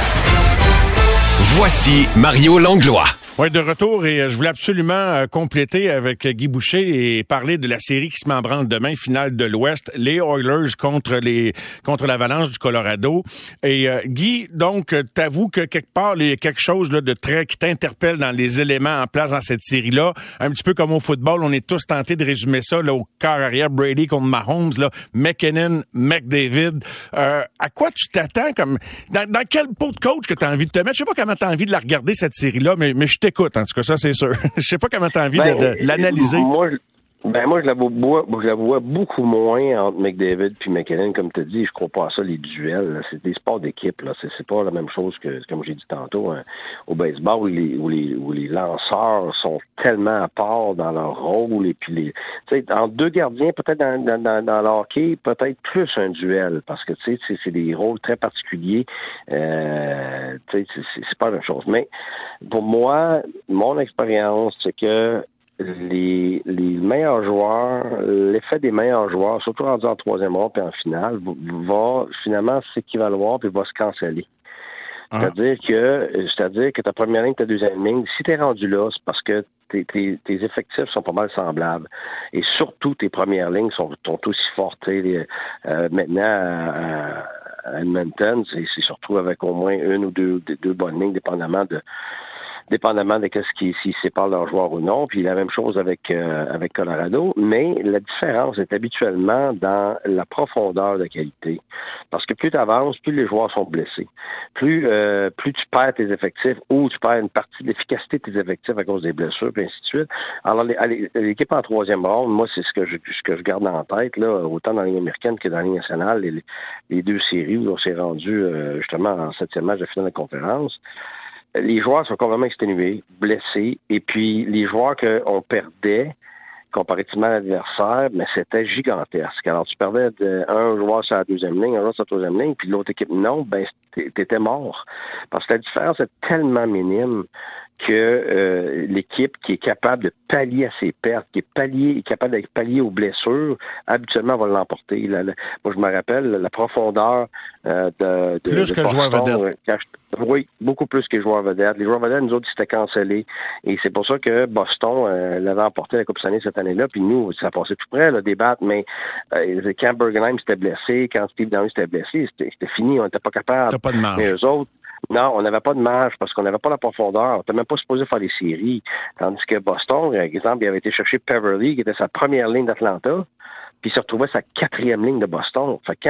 Voici Mario Langlois. Oui, de retour et je voulais absolument compléter avec Guy Boucher et parler de la série qui se met en branle demain, finale de l'Ouest, les Oilers contre l'Avalanche du Colorado. Et Guy, donc, t'avoues que quelque part, il y a quelque chose là, de très qui t'interpelle dans les éléments en place dans cette série-là. Un petit peu comme au football, on est tous tentés de résumer ça là, au quart arrière, Brady contre Mahomes, là, McKinnon, McDavid. À quoi tu t'attends comme dans quel pot de coach que tu as envie de te mettre? Je sais pas comment tu as envie de la regarder cette série-là, mais je t'écoute, en tout cas, ça c'est sûr. Je sais pas comment tu as envie de l'analyser. Moi, je la vois beaucoup moins entre McDavid puis McKinnon, comme tu as dit. Je crois pas à ça, les duels. Là. C'est des sports d'équipe. Là. C'est pas la même chose que, comme j'ai dit tantôt, hein, au baseball, où les lanceurs sont tellement à part dans leur rôle. Et puis entre deux gardiens, peut-être dans le hockey, peut-être plus un duel. Parce que c'est des rôles très particuliers. C'est pas la même chose. Mais pour moi, mon expérience, c'est que les meilleurs joueurs, l'effet des meilleurs joueurs, surtout rendu en troisième ronde et en finale, va finalement s'équivaloir puis va se canceller. C'est-à-dire que ta première ligne, ta deuxième ligne, si t'es rendu là, c'est parce que tes effectifs sont pas mal semblables. Et surtout, tes premières lignes sont aussi fortes. Maintenant, à Edmonton, c'est surtout avec au moins une ou deux bonnes lignes, dépendamment de ce qui s'y sépare leurs joueurs ou non. Puis la même chose avec Colorado. Mais la différence est habituellement dans la profondeur de qualité. Parce que plus tu avances, plus les joueurs sont blessés. Plus tu perds tes effectifs ou tu perds une partie de l'efficacité de tes effectifs à cause des blessures, puis ainsi de suite. Alors, l'équipe en troisième ronde, moi, c'est ce que je garde en tête, là, autant dans la Ligue américaine que dans la Ligue nationale, les deux séries où on s'est rendu justement en 7e match de finale de conférence. Les joueurs sont complètement exténués, blessés, et puis les joueurs qu'on perdait, comparativement à l'adversaire, mais c'était gigantesque. Alors, tu perdais un joueur sur la deuxième ligne, un joueur sur la troisième ligne, puis l'autre équipe non, ben t'étais mort. Parce que la différence est tellement minime que l'équipe qui est capable de pallier à ses pertes, qui est capable de pallier aux blessures, habituellement va l'emporter. Moi, je me rappelle la profondeur de plus que le joueur vedette. Oui, beaucoup plus que les joueurs vedettes. Les joueurs vedettes, nous autres, ils s'étaient cancellés. Et c'est pour ça que Boston l'avait emporté la Coupe Stanley cette année-là. Puis nous, ça passait tout près, là, débattre. Mais quand Bergenheim s'était blessé, quand Steve Downey s'était blessé, c'était fini. On n'était pas capable. T'as pas de marge. Mais eux autres, non, on n'avait pas de marge parce qu'on n'avait pas la profondeur. On n'était même pas supposé faire des séries. Tandis que Boston, par exemple, il avait été chercher Peverly, qui était sa première ligne d'Atlanta, puis il se retrouvait sa 4e ligne de Boston. Fait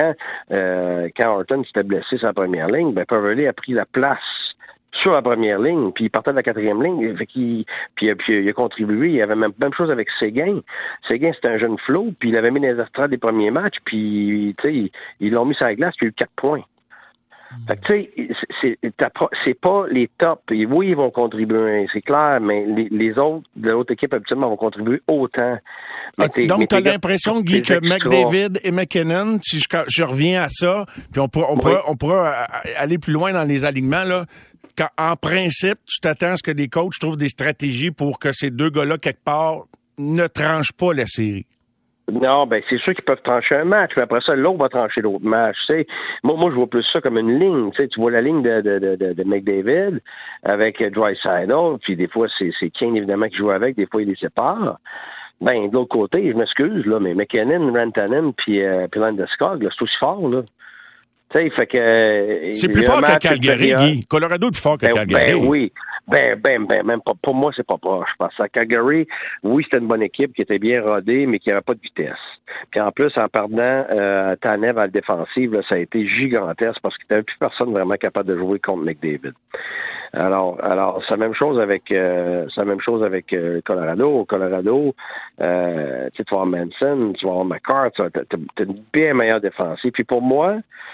que quand Horton s'était blessé sur la première ligne, ben Peverly a pris la place sur la première ligne, puis il partait de la 4e ligne, puis il a contribué. Il y avait même chose avec Séguin. Séguin, c'était un jeune flot, puis il avait mis les estrades des premiers matchs, puis tu sais, ils l'ont mis sur la glace, puis il a eu 4 points. Fait que, tu sais, c'est pas les tops. Oui, ils vont contribuer, c'est clair, mais les autres de l'autre équipe, habituellement, vont contribuer autant. Donc, tu as l'impression, Guy, que McDavid et McKinnon, si je reviens à ça, puis on pourra aller plus loin dans les alignements, là, en principe, tu t'attends à ce que les coachs trouvent des stratégies pour que ces deux gars-là, quelque part, ne tranchent pas la série. Non, ben c'est sûr qu'ils peuvent trancher un match, mais après ça, l'autre va trancher l'autre match. Tu sais, moi, je vois plus ça comme une ligne. Tu sais, tu vois la ligne de McDavid avec Draisaitl, puis des fois c'est Kane évidemment qui joue avec, des fois il les sépare. Ben de l'autre côté, je m'excuse là, mais McKinnon, Rantanen puis Landeskog, là, c'est aussi fort là. Tu sais, fait que c'est plus fort que Calgary, Guy. Colorado est plus fort que Calgary. Ben oui. Même pas. Pour moi, c'est pas proche. Parce que Calgary, oui, c'était une bonne équipe qui était bien rodée, mais qui n'avait pas de vitesse. Puis en plus, en perdant Tanev à la défensive, là, ça a été gigantesque parce qu'il n'y avait plus personne vraiment capable de jouer contre McDavid. Alors, c'est la même chose avec Colorado. Au Colorado, tu vas avoir Manson, tu vas avoir McCart, tu as une bien meilleure défensive. Puis pour moi,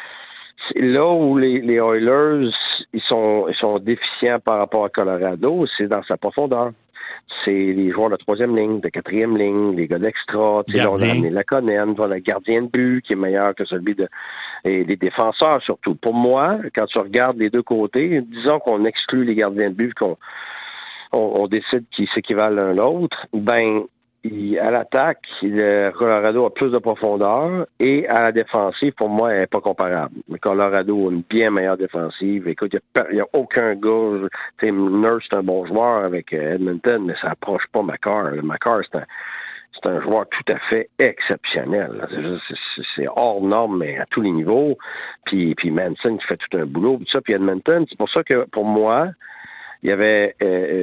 là où les Oilers ils sont déficients par rapport à Colorado, c'est dans sa profondeur. C'est les joueurs de 3e ligne, de 4e ligne, les gars d'extra, tu sais, on a amené Laconen, le gardien de but qui est meilleur que celui et les défenseurs surtout. Pour moi, quand tu regardes les deux côtés, disons qu'on exclut les gardiens de but, qu'on décide qu'ils s'équivalent l'un l'autre, ben à l'attaque, le Colorado a plus de profondeur et à la défensive, pour moi, elle n'est pas comparable. Le Colorado a une bien meilleure défensive. Écoute, il n'y a aucun gars. Nurse, c'est un bon joueur avec Edmonton, mais ça n'approche pas Makar. Makar, c'est un joueur tout à fait exceptionnel. C'est hors norme, mais à tous les niveaux. Puis Manson qui fait tout un boulot. Puis Edmonton, c'est pour ça que, pour moi, il y avait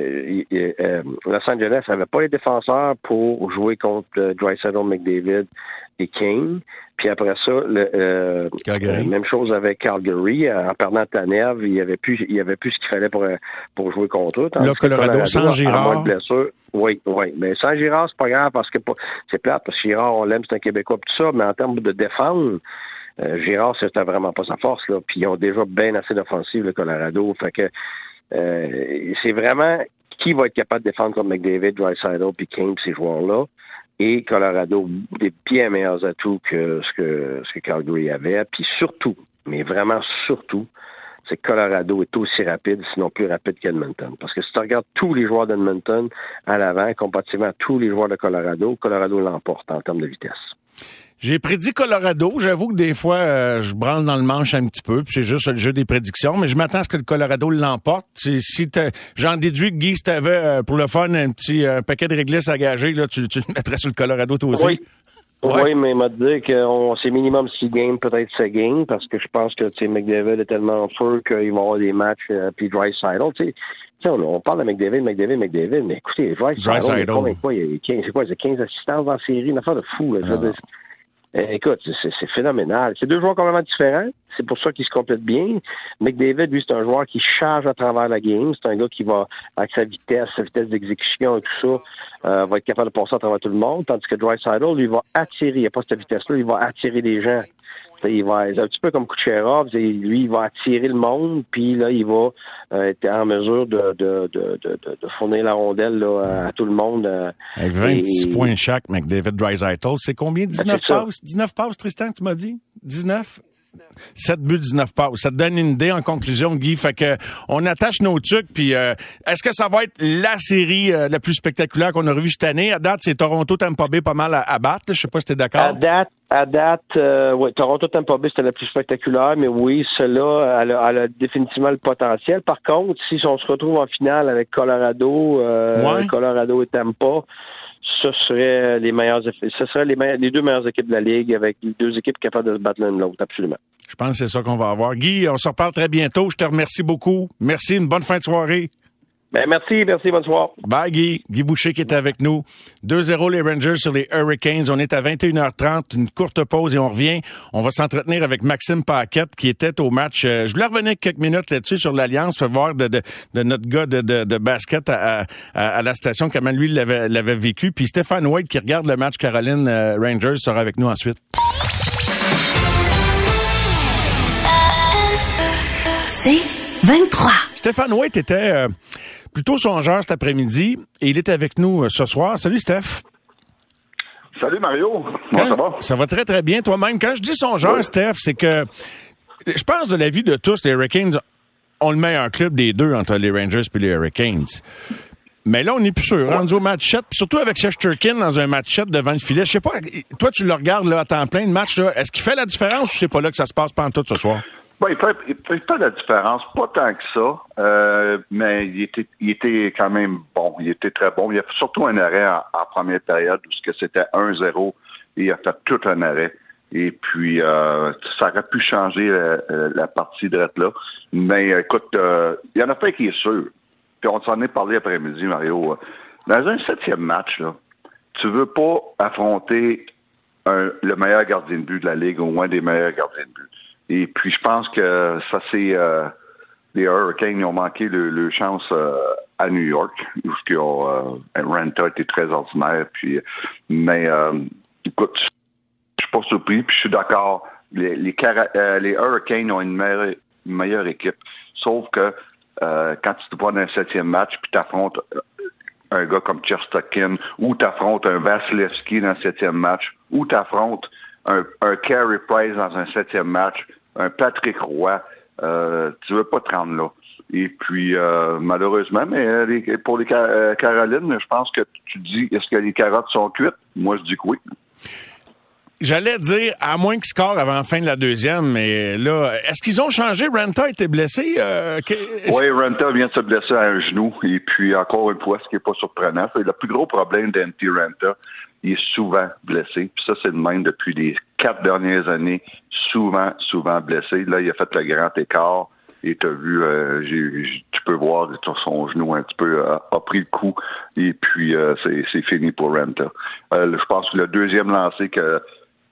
Los Angeles n'avait pas les défenseurs pour jouer contre Draisaitl, McDavid et Kane. Puis après ça, même chose avec Calgary. En perdant Tanev, il y avait plus ce qu'il fallait pour jouer contre eux. Le Colorado sans Girard. Oui. Mais sans Girard, c'est pas grave parce que c'est plate parce que Girard, on l'aime, c'est un Québécois tout ça, mais en termes de défendre, Girard, c'était vraiment pas sa force, là. Puis ils ont déjà bien assez d'offensive, le Colorado. Fait que c'est vraiment qui va être capable de défendre comme McDavid, Draisaitl puis Kane, ces joueurs-là. Et Colorado, des bien meilleurs atouts que ce que Calgary avait. Puis surtout, mais vraiment surtout, c'est que Colorado est aussi rapide, sinon plus rapide qu'Edmonton. Parce que si tu regardes tous les joueurs d'Edmonton à l'avant, comparativement à tous les joueurs de Colorado l'emporte en termes de vitesse. J'ai prédit Colorado. J'avoue que des fois, je branle dans le manche un petit peu, puis c'est juste le jeu des prédictions, mais je m'attends à ce que le Colorado l'emporte. J'en déduis que Guy, si t'avais pour le fun un paquet de réglisses à gager, là, tu le mettrais sur le Colorado toi aussi? Ouais. Oui, mais il m'a dit que c'est minimum 6 games, peut-être 7 games, parce que je pense que McDavid est tellement en feu qu'il va avoir des matchs, puis Draisaitl, on parle de McDavid, mais écoutez, Draisaitl, il a 15 assistances dans la série, une affaire de fou. Là, écoute, c'est phénoménal. C'est deux joueurs complètement différents. C'est pour ça qu'ils se complètent bien. McDavid, lui, c'est un joueur qui charge à travers la game. C'est un gars qui va, avec sa vitesse d'exécution et tout ça, va être capable de passer à travers tout le monde. Tandis que Draisaitl, lui, va attirer. Il n'a pas cette vitesse-là. Il va attirer des gens. C'est un petit peu comme Kucherov. Lui, il va attirer le monde, puis là, il va être en mesure de fournir la rondelle là, à tout le monde. Avec 26 points chaque, McDavid, Draisaitl. C'est combien? 19 passes? 19 passes, Tristan, tu m'as dit? 19? 7 buts, 19 passes. Ça te donne une idée en conclusion, Guy. Fait que on attache nos trucs. Puis est-ce que ça va être la série la plus spectaculaire qu'on a revue cette année? À date, c'est Toronto-Tampa Bay pas mal à battre. Je sais pas si t'es d'accord. À date, oui, Toronto-Tampa Bay, c'était la plus spectaculaire, mais oui, celle-là, elle a définitivement le potentiel. Par contre, si on se retrouve en finale avec Colorado et Tampa, ce serait les deux meilleures équipes de la Ligue, avec les deux équipes capables de se battre l'une l'autre, absolument. Je pense que c'est ça qu'on va avoir. Guy, on se reparle très bientôt. Je te remercie beaucoup. Merci, une bonne fin de soirée. Ben, merci, bonne soirée. Bye, Guy. Guy Boucher qui est avec nous. 2-0 les Rangers sur les Hurricanes. On est à 21h30, une courte pause et on revient. On va s'entretenir avec Maxime Paquette qui était au match. Je voulais revenir quelques minutes là-dessus sur l'Alliance, faire voir de notre gars de basket à la station, comment lui l'avait vécu. Puis Stéphane White qui regarde le match Caroline Rangers sera avec nous ensuite. C'est 23. Stéphane White était plutôt songeur cet après-midi et il est avec nous ce soir. Salut Steph. Salut Mario. Comment ça va? Ça va très très bien toi-même. Quand je dis songeur, oui. Steph, c'est que je pense de l'avis de tous, les Hurricanes ont le meilleur club des deux entre les Rangers et les Hurricanes. Mais là, on n'est plus sûr. Ouais. Rendu au match 7, puis surtout avec Shesterkin dans un match 7 devant le filet. Je sais pas, toi tu le regardes là, à temps plein, le match, là, est-ce qu'il fait la différence ou c'est pas là que ça se passe pantoute ce soir? Bon, il fait pas la différence, pas tant que ça, mais il était quand même bon. Il était très bon. Il a fait surtout un arrêt en première période où c'était 1-0 et il a fait tout un arrêt. Et puis, ça aurait pu changer la partie de là. Mais écoute, il y en a pas qui est sûr. Puis on s'en est parlé après-midi, Mario. Dans un 7e match, là, tu veux pas affronter le meilleur gardien de but de la Ligue ou un des meilleurs gardiens de but. Et puis, je pense que ça, c'est... les Hurricanes ont manqué le chance à New York, où Ranta était très ordinaire. Puis, mais, écoute, je suis pas surpris, puis je suis d'accord. Les Hurricanes ont une meilleure équipe. Sauf que quand tu te vois dans un 7e match, puis tu affrontes un gars comme Shesterkin, ou tu affrontes un Vasilevski dans le 7e match, ou tu affrontes un Carey Price dans un 7e match, un Patrick Roy, tu veux pas te rendre là. Et puis, malheureusement, mais pour les Carolines, je pense que tu dis, est-ce que les carottes sont cuites? Moi, je dis que oui. J'allais dire, à moins qu'ils scorent avant la fin de la deuxième, mais là, est-ce qu'ils ont changé? Ranta a été blessé? Oui, Ranta vient de se blesser à un genou. Et puis, encore une fois, ce qui n'est pas surprenant, c'est le plus gros problème d'Antti Ranta. Il est souvent blessé. Puis ça, c'est le même depuis les 4 dernières années. Souvent blessé. Là, il a fait le grand écart. Et tu as vu, tu peux voir sur son genou un petit peu a pris le coup. Et puis, c'est fini pour Ranta. Je pense que le deuxième lancé que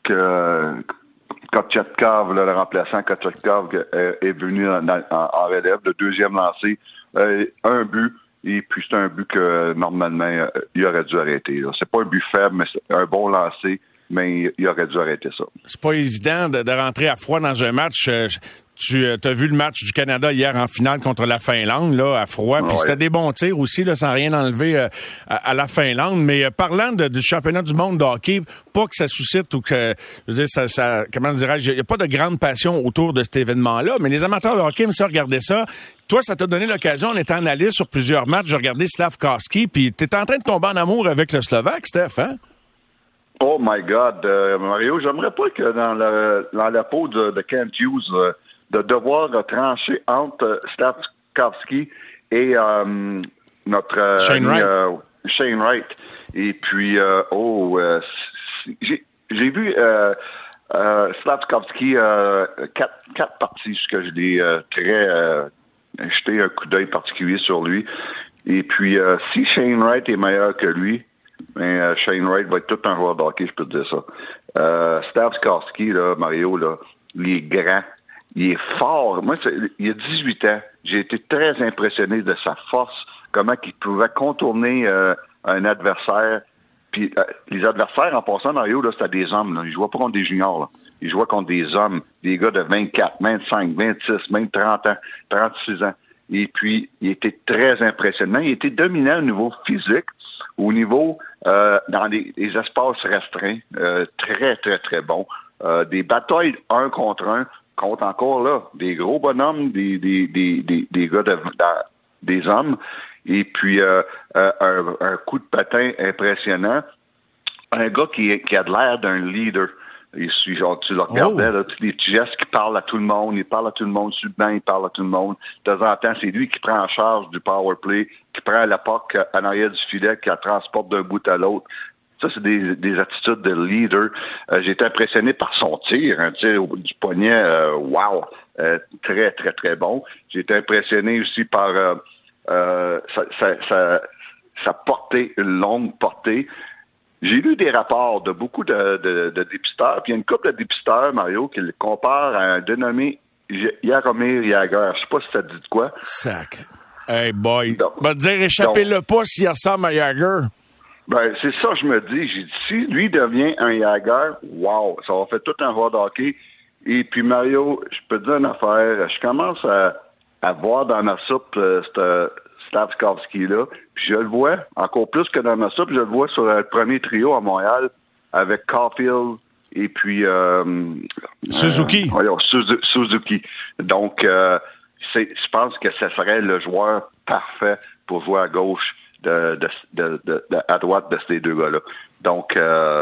Kochetkov, le remplaçant Kochetkov est venu en relève. Le deuxième lancé, un but. Et puis, c'est un but que, normalement, il aurait dû arrêter. Là. C'est pas un but faible, mais c'est un bon lancer, mais il aurait dû arrêter ça. C'est pas évident de rentrer à froid dans un match. Tu as vu le match du Canada hier en finale contre la Finlande, là, à froid. Puis c'était des bons tirs aussi, là, sans rien enlever à la Finlande. Mais parlant du championnat du monde de hockey, pas que ça suscite ou que, je veux dire, ça comment dirais-je, il n'y a pas de grande passion autour de cet événement-là, mais les amateurs de hockey aiment ça regarder ça. Toi, ça t'a donné l'occasion, en étant analyste sur plusieurs matchs, de regarder Slavkovski, puis t'es en train de tomber en amour avec le Slovaque, Steph, hein? Oh my God, Mario, j'aimerais pas que dans la peau de Kent Hughes, de devoir trancher entre Slavkovski et notre Shane Wright. Shane Wright. Et puis, j'ai vu Slafkovský 4 parties, ce que je l'ai jeté un coup d'œil particulier sur lui. Et puis, si Shane Wright est meilleur que lui, ben, Shane Wright va être tout un joueur de hockey, je peux te dire ça. Slafkovský, là, Mario, là, il est grand, il est fort. Moi, il a 18 ans. J'ai été très impressionné de sa force, comment il pouvait contourner un adversaire. Puis les adversaires, en passant, Mario, là, c'était des hommes. Là. Ils jouaient pas contre des juniors. Là. Ils jouaient contre des hommes, des gars de 24, 25, 26, même 30 ans, 36 ans. Et puis, il était très impressionnant. Il était dominant au niveau physique, au niveau dans les espaces restreints. Très, très, très bon. Des batailles 1 contre 1 contre encore là des gros bonhommes, des gars des hommes. Et puis, un coup de patin impressionnant. Un gars qui a de l'air d'un leader. Genre, tu le regardais, là, les petits gestes qui parlent à tout le monde, il parle à tout le monde, sur le banc, il parle à tout le monde. De temps en temps, c'est lui qui prend en charge du power play, qui prend la puck en arrière du filet, qui la transporte d'un bout à l'autre. Ça, c'est des attitudes de leader. J'ai été impressionné par son tir, un tir du poignet, wow, très, très, très bon. J'ai été impressionné aussi par sa portée, une longue portée. J'ai lu des rapports de beaucoup de dépisteurs, puis il y a une couple de dépisteurs, Mario, qui le comparent à un dénommé Jaromir Jagr. Je sais pas si ça te dit de quoi. Sac. Hey boy. Va te dire, échappez-le pas s'il ressemble à Jagr. Ben, c'est ça, je me dis. J'ai dit, si lui devient un Jagr, wow, ça va faire tout un joueur de hockey. Et puis, Mario, je peux te dire une affaire. Je commence à voir dans ma soupe Slafkovský-là. Puis je le vois, encore plus que dans ma soupe, je le vois sur le premier trio à Montréal avec Caulfield et puis Suzuki. Suzuki. Donc, je pense que ce serait le joueur parfait pour jouer à gauche à droite de ces deux gars-là. Donc,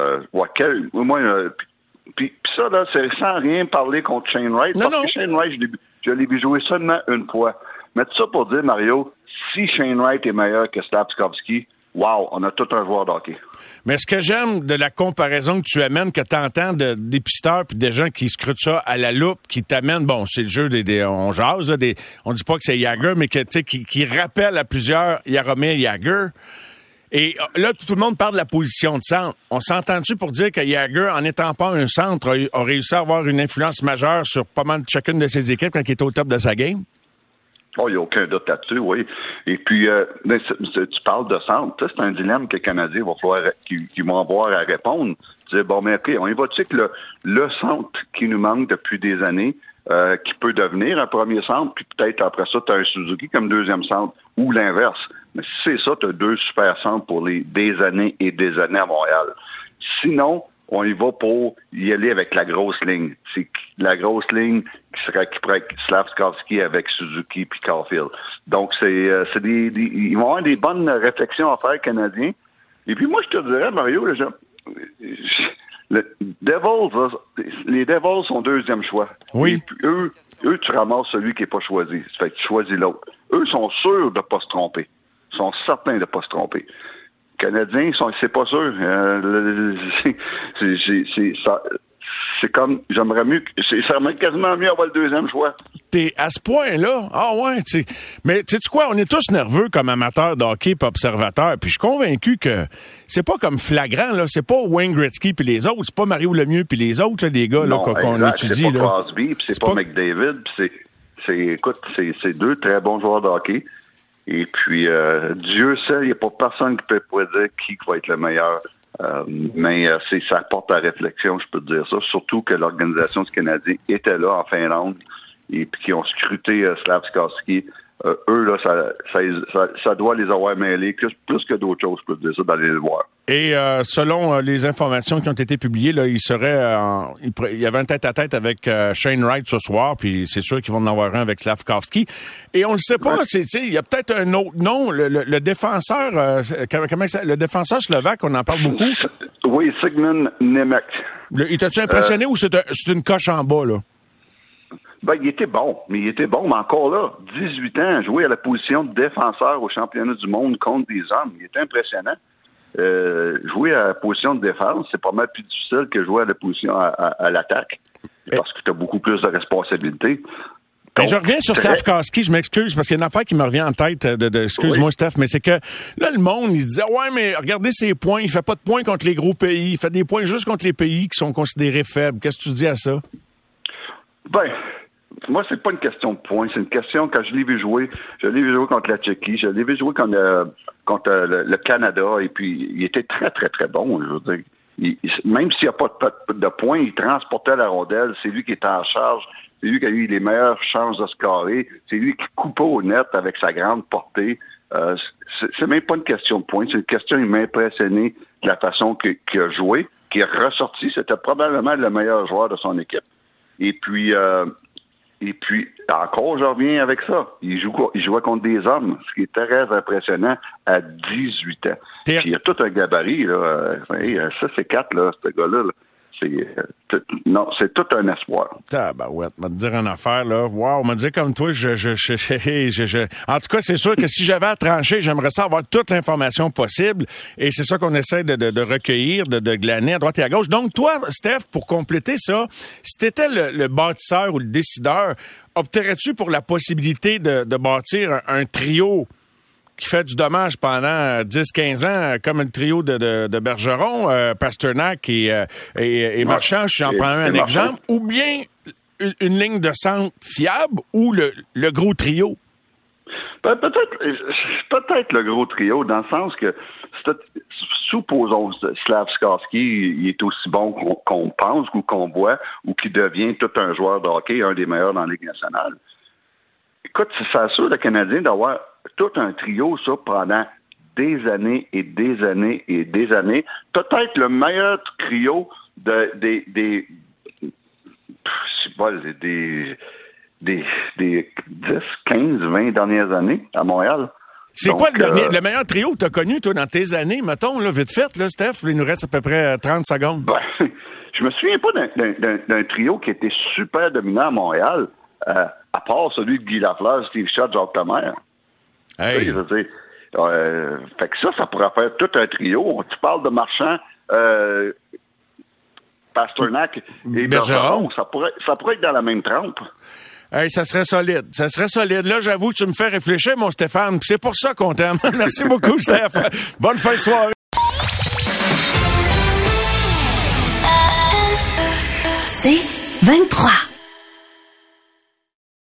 puis ça, là, c'est sans rien parler contre Shane Wright. Que Shane Wright, je l'ai vu jouer seulement une fois. Mais tout ça pour dire, Mario, si Shane Wright est meilleur que Slafkovský, wow, on a tout un joueur de hockey. Mais ce que j'aime de la comparaison que tu amènes, que tu entends des pisteurs puis des gens qui scrutent ça à la loupe, qui t'amènent, bon, c'est le jeu on jase, là, on dit pas que c'est Jagr, mais qui rappelle à plusieurs Jaromir Jagr. Et là, tout le monde parle de la position de centre. On s'entend-tu pour dire que Jagr, en n'étant pas un centre, a réussi à avoir une influence majeure sur pas mal chacune de ses équipes quand il était au top de sa game? Oh, il n'y a aucun doute là-dessus, oui. Et puis, tu parles de centre. C'est un dilemme que les Canadiens vont falloir qu'ils vont avoir à répondre. Tu dis, bon, mais OK, on y va-tu que le centre qui nous manque depuis des années, qui peut devenir un premier centre, puis peut-être après ça, tu as un Suzuki comme deuxième centre, ou l'inverse. Mais si c'est ça, tu as 2 super centres pour des années et des années à Montréal. Sinon, on y va pour y aller avec la grosse ligne. C'est la grosse ligne qui pourrait être Slafkovský avec Suzuki puis Caulfield. Donc, ils vont avoir des bonnes réflexions à faire, Canadiens. Et puis moi, je te dirais, Mario, les Devils sont deuxième choix. Oui. Et puis eux, tu ramasses celui qui n'est pas choisi. Ça fait que tu choisis l'autre. Eux sont sûrs de ne pas se tromper. Ils sont certains de ne pas se tromper. Canadiens, c'est pas sûr. C'est comme, j'aimerais mieux, ça m'aimerait quasiment mieux avoir le deuxième choix. T'es à ce point-là? Ah ouais, mais tu sais quoi, on est tous nerveux comme amateurs de hockey et observateurs, puis je suis convaincu que c'est pas comme flagrant, là, c'est pas Wayne Gretzky puis les autres, c'est pas Mario Lemieux puis les autres, là, des gars là, qu'on étudie. C'est pas Crosby, puis c'est pas McDavid, puis c'est 2 très bons joueurs de hockey. Et puis, Dieu sait, il n'y a pas personne qui peut prédire qui va être le meilleur. Mais ça porte à réflexion, je peux te dire ça. Surtout que l'organisation du Canadien était là en Finlande et puis qui ont scruté Slafkovský. Eux, là, ça doit les avoir mêlés plus que d'autres choses, je peux te dire ça, d'aller le voir. Et selon les informations qui ont été publiées, là, il y avait un tête-à-tête avec Shane Wright ce soir, puis c'est sûr qu'ils vont en avoir un avec Slafkovský. Et on ne le sait pas, il y a peut-être un autre nom, le défenseur, le défenseur slovaque, on en parle beaucoup. Oui, Sigmund Nemec. Il t'a-tu impressionné ou c'est une coche en bas, là? Ben, il était bon, mais encore là, 18 ans, jouer à la position de défenseur au championnat du monde contre des hommes, il était impressionnant. jouer à la position de défense, c'est pas mal plus difficile que jouer à la position à l'attaque. Parce que tu as beaucoup plus de responsabilités. Je reviens sur Steph Koski, je m'excuse, parce qu'il y a une affaire qui me revient en tête, excuse-moi Steph, mais c'est que là, le monde, il disait, ouais, mais regardez ses points, il fait pas de points contre les gros pays, il fait des points juste contre les pays qui sont considérés faibles. Qu'est-ce que tu dis à ça? Ben, moi, c'est pas une question de points, c'est une question, quand je l'ai vu jouer contre la Tchéquie, je l'ai vu jouer contre le Canada, et puis il était très, très, très bon, je veux dire. Même s'il n'y a pas de points, il transportait la rondelle, c'est lui qui était en charge. C'est lui qui a eu les meilleures chances de scorer. C'est lui qui coupait au net avec sa grande portée. C'est même pas une question de points. C'est une question, il m'a impressionné de la façon qu'il a joué, qu'il est ressorti. C'était probablement le meilleur joueur de son équipe. Et puis encore, je reviens avec ça. Il jouait contre des hommes, ce qui est très impressionnant à 18 ans. Puis il y a tout un gabarit, là. Ça, c'est 4, là, ce gars-là, là. C'est tout un espoir. Ouais, m'a dire une affaire, là. Wow, m'a dit comme toi, en tout cas, c'est sûr que si j'avais à trancher, j'aimerais ça avoir toute l'information possible. Et c'est ça qu'on essaie de recueillir, de glaner à droite et à gauche. Donc, toi, Steph, pour compléter ça, si t'étais le bâtisseur ou le décideur, opterais-tu pour la possibilité de bâtir un trio qui fait du dommage pendant 10-15 ans, comme le trio de Bergeron, Pastrnak et Marchand, si j'en prends un exemple, ou bien une ligne de centre fiable ou le gros trio? Peut-être le gros trio, dans le sens que, supposons Slafkovský, il est aussi bon qu'on pense ou qu'on voit, ou qu'il devient tout un joueur de hockey, un des meilleurs dans la Ligue nationale. Écoute, ça assure le Canadien d'avoir tout un trio, ça, pendant des années et des années et des années. Peut-être le meilleur trio des 10, 15, 20 dernières années à Montréal. C'est quoi le meilleur trio que tu as connu, toi, dans tes années, mettons, là, vite fait, là, Steph? Il nous reste à peu près 30 secondes. Ben, je me souviens pas d'un trio qui était super dominant à Montréal, à part celui de Guy Lafleur, Steve Schott, Jacques Lemaire. Hey. Je veux dire, fait que ça pourrait faire tout un trio. Tu parles de Marchand, Pastrnak et Bergeron. Ça pourrait être dans la même trempe. Hey, ça serait solide. Ça serait solide. Là, j'avoue que tu me fais réfléchir, mon Stéphane. C'est pour ça qu'on t'aime. Merci beaucoup, Steph. Bonne fin de soirée. C'est 23.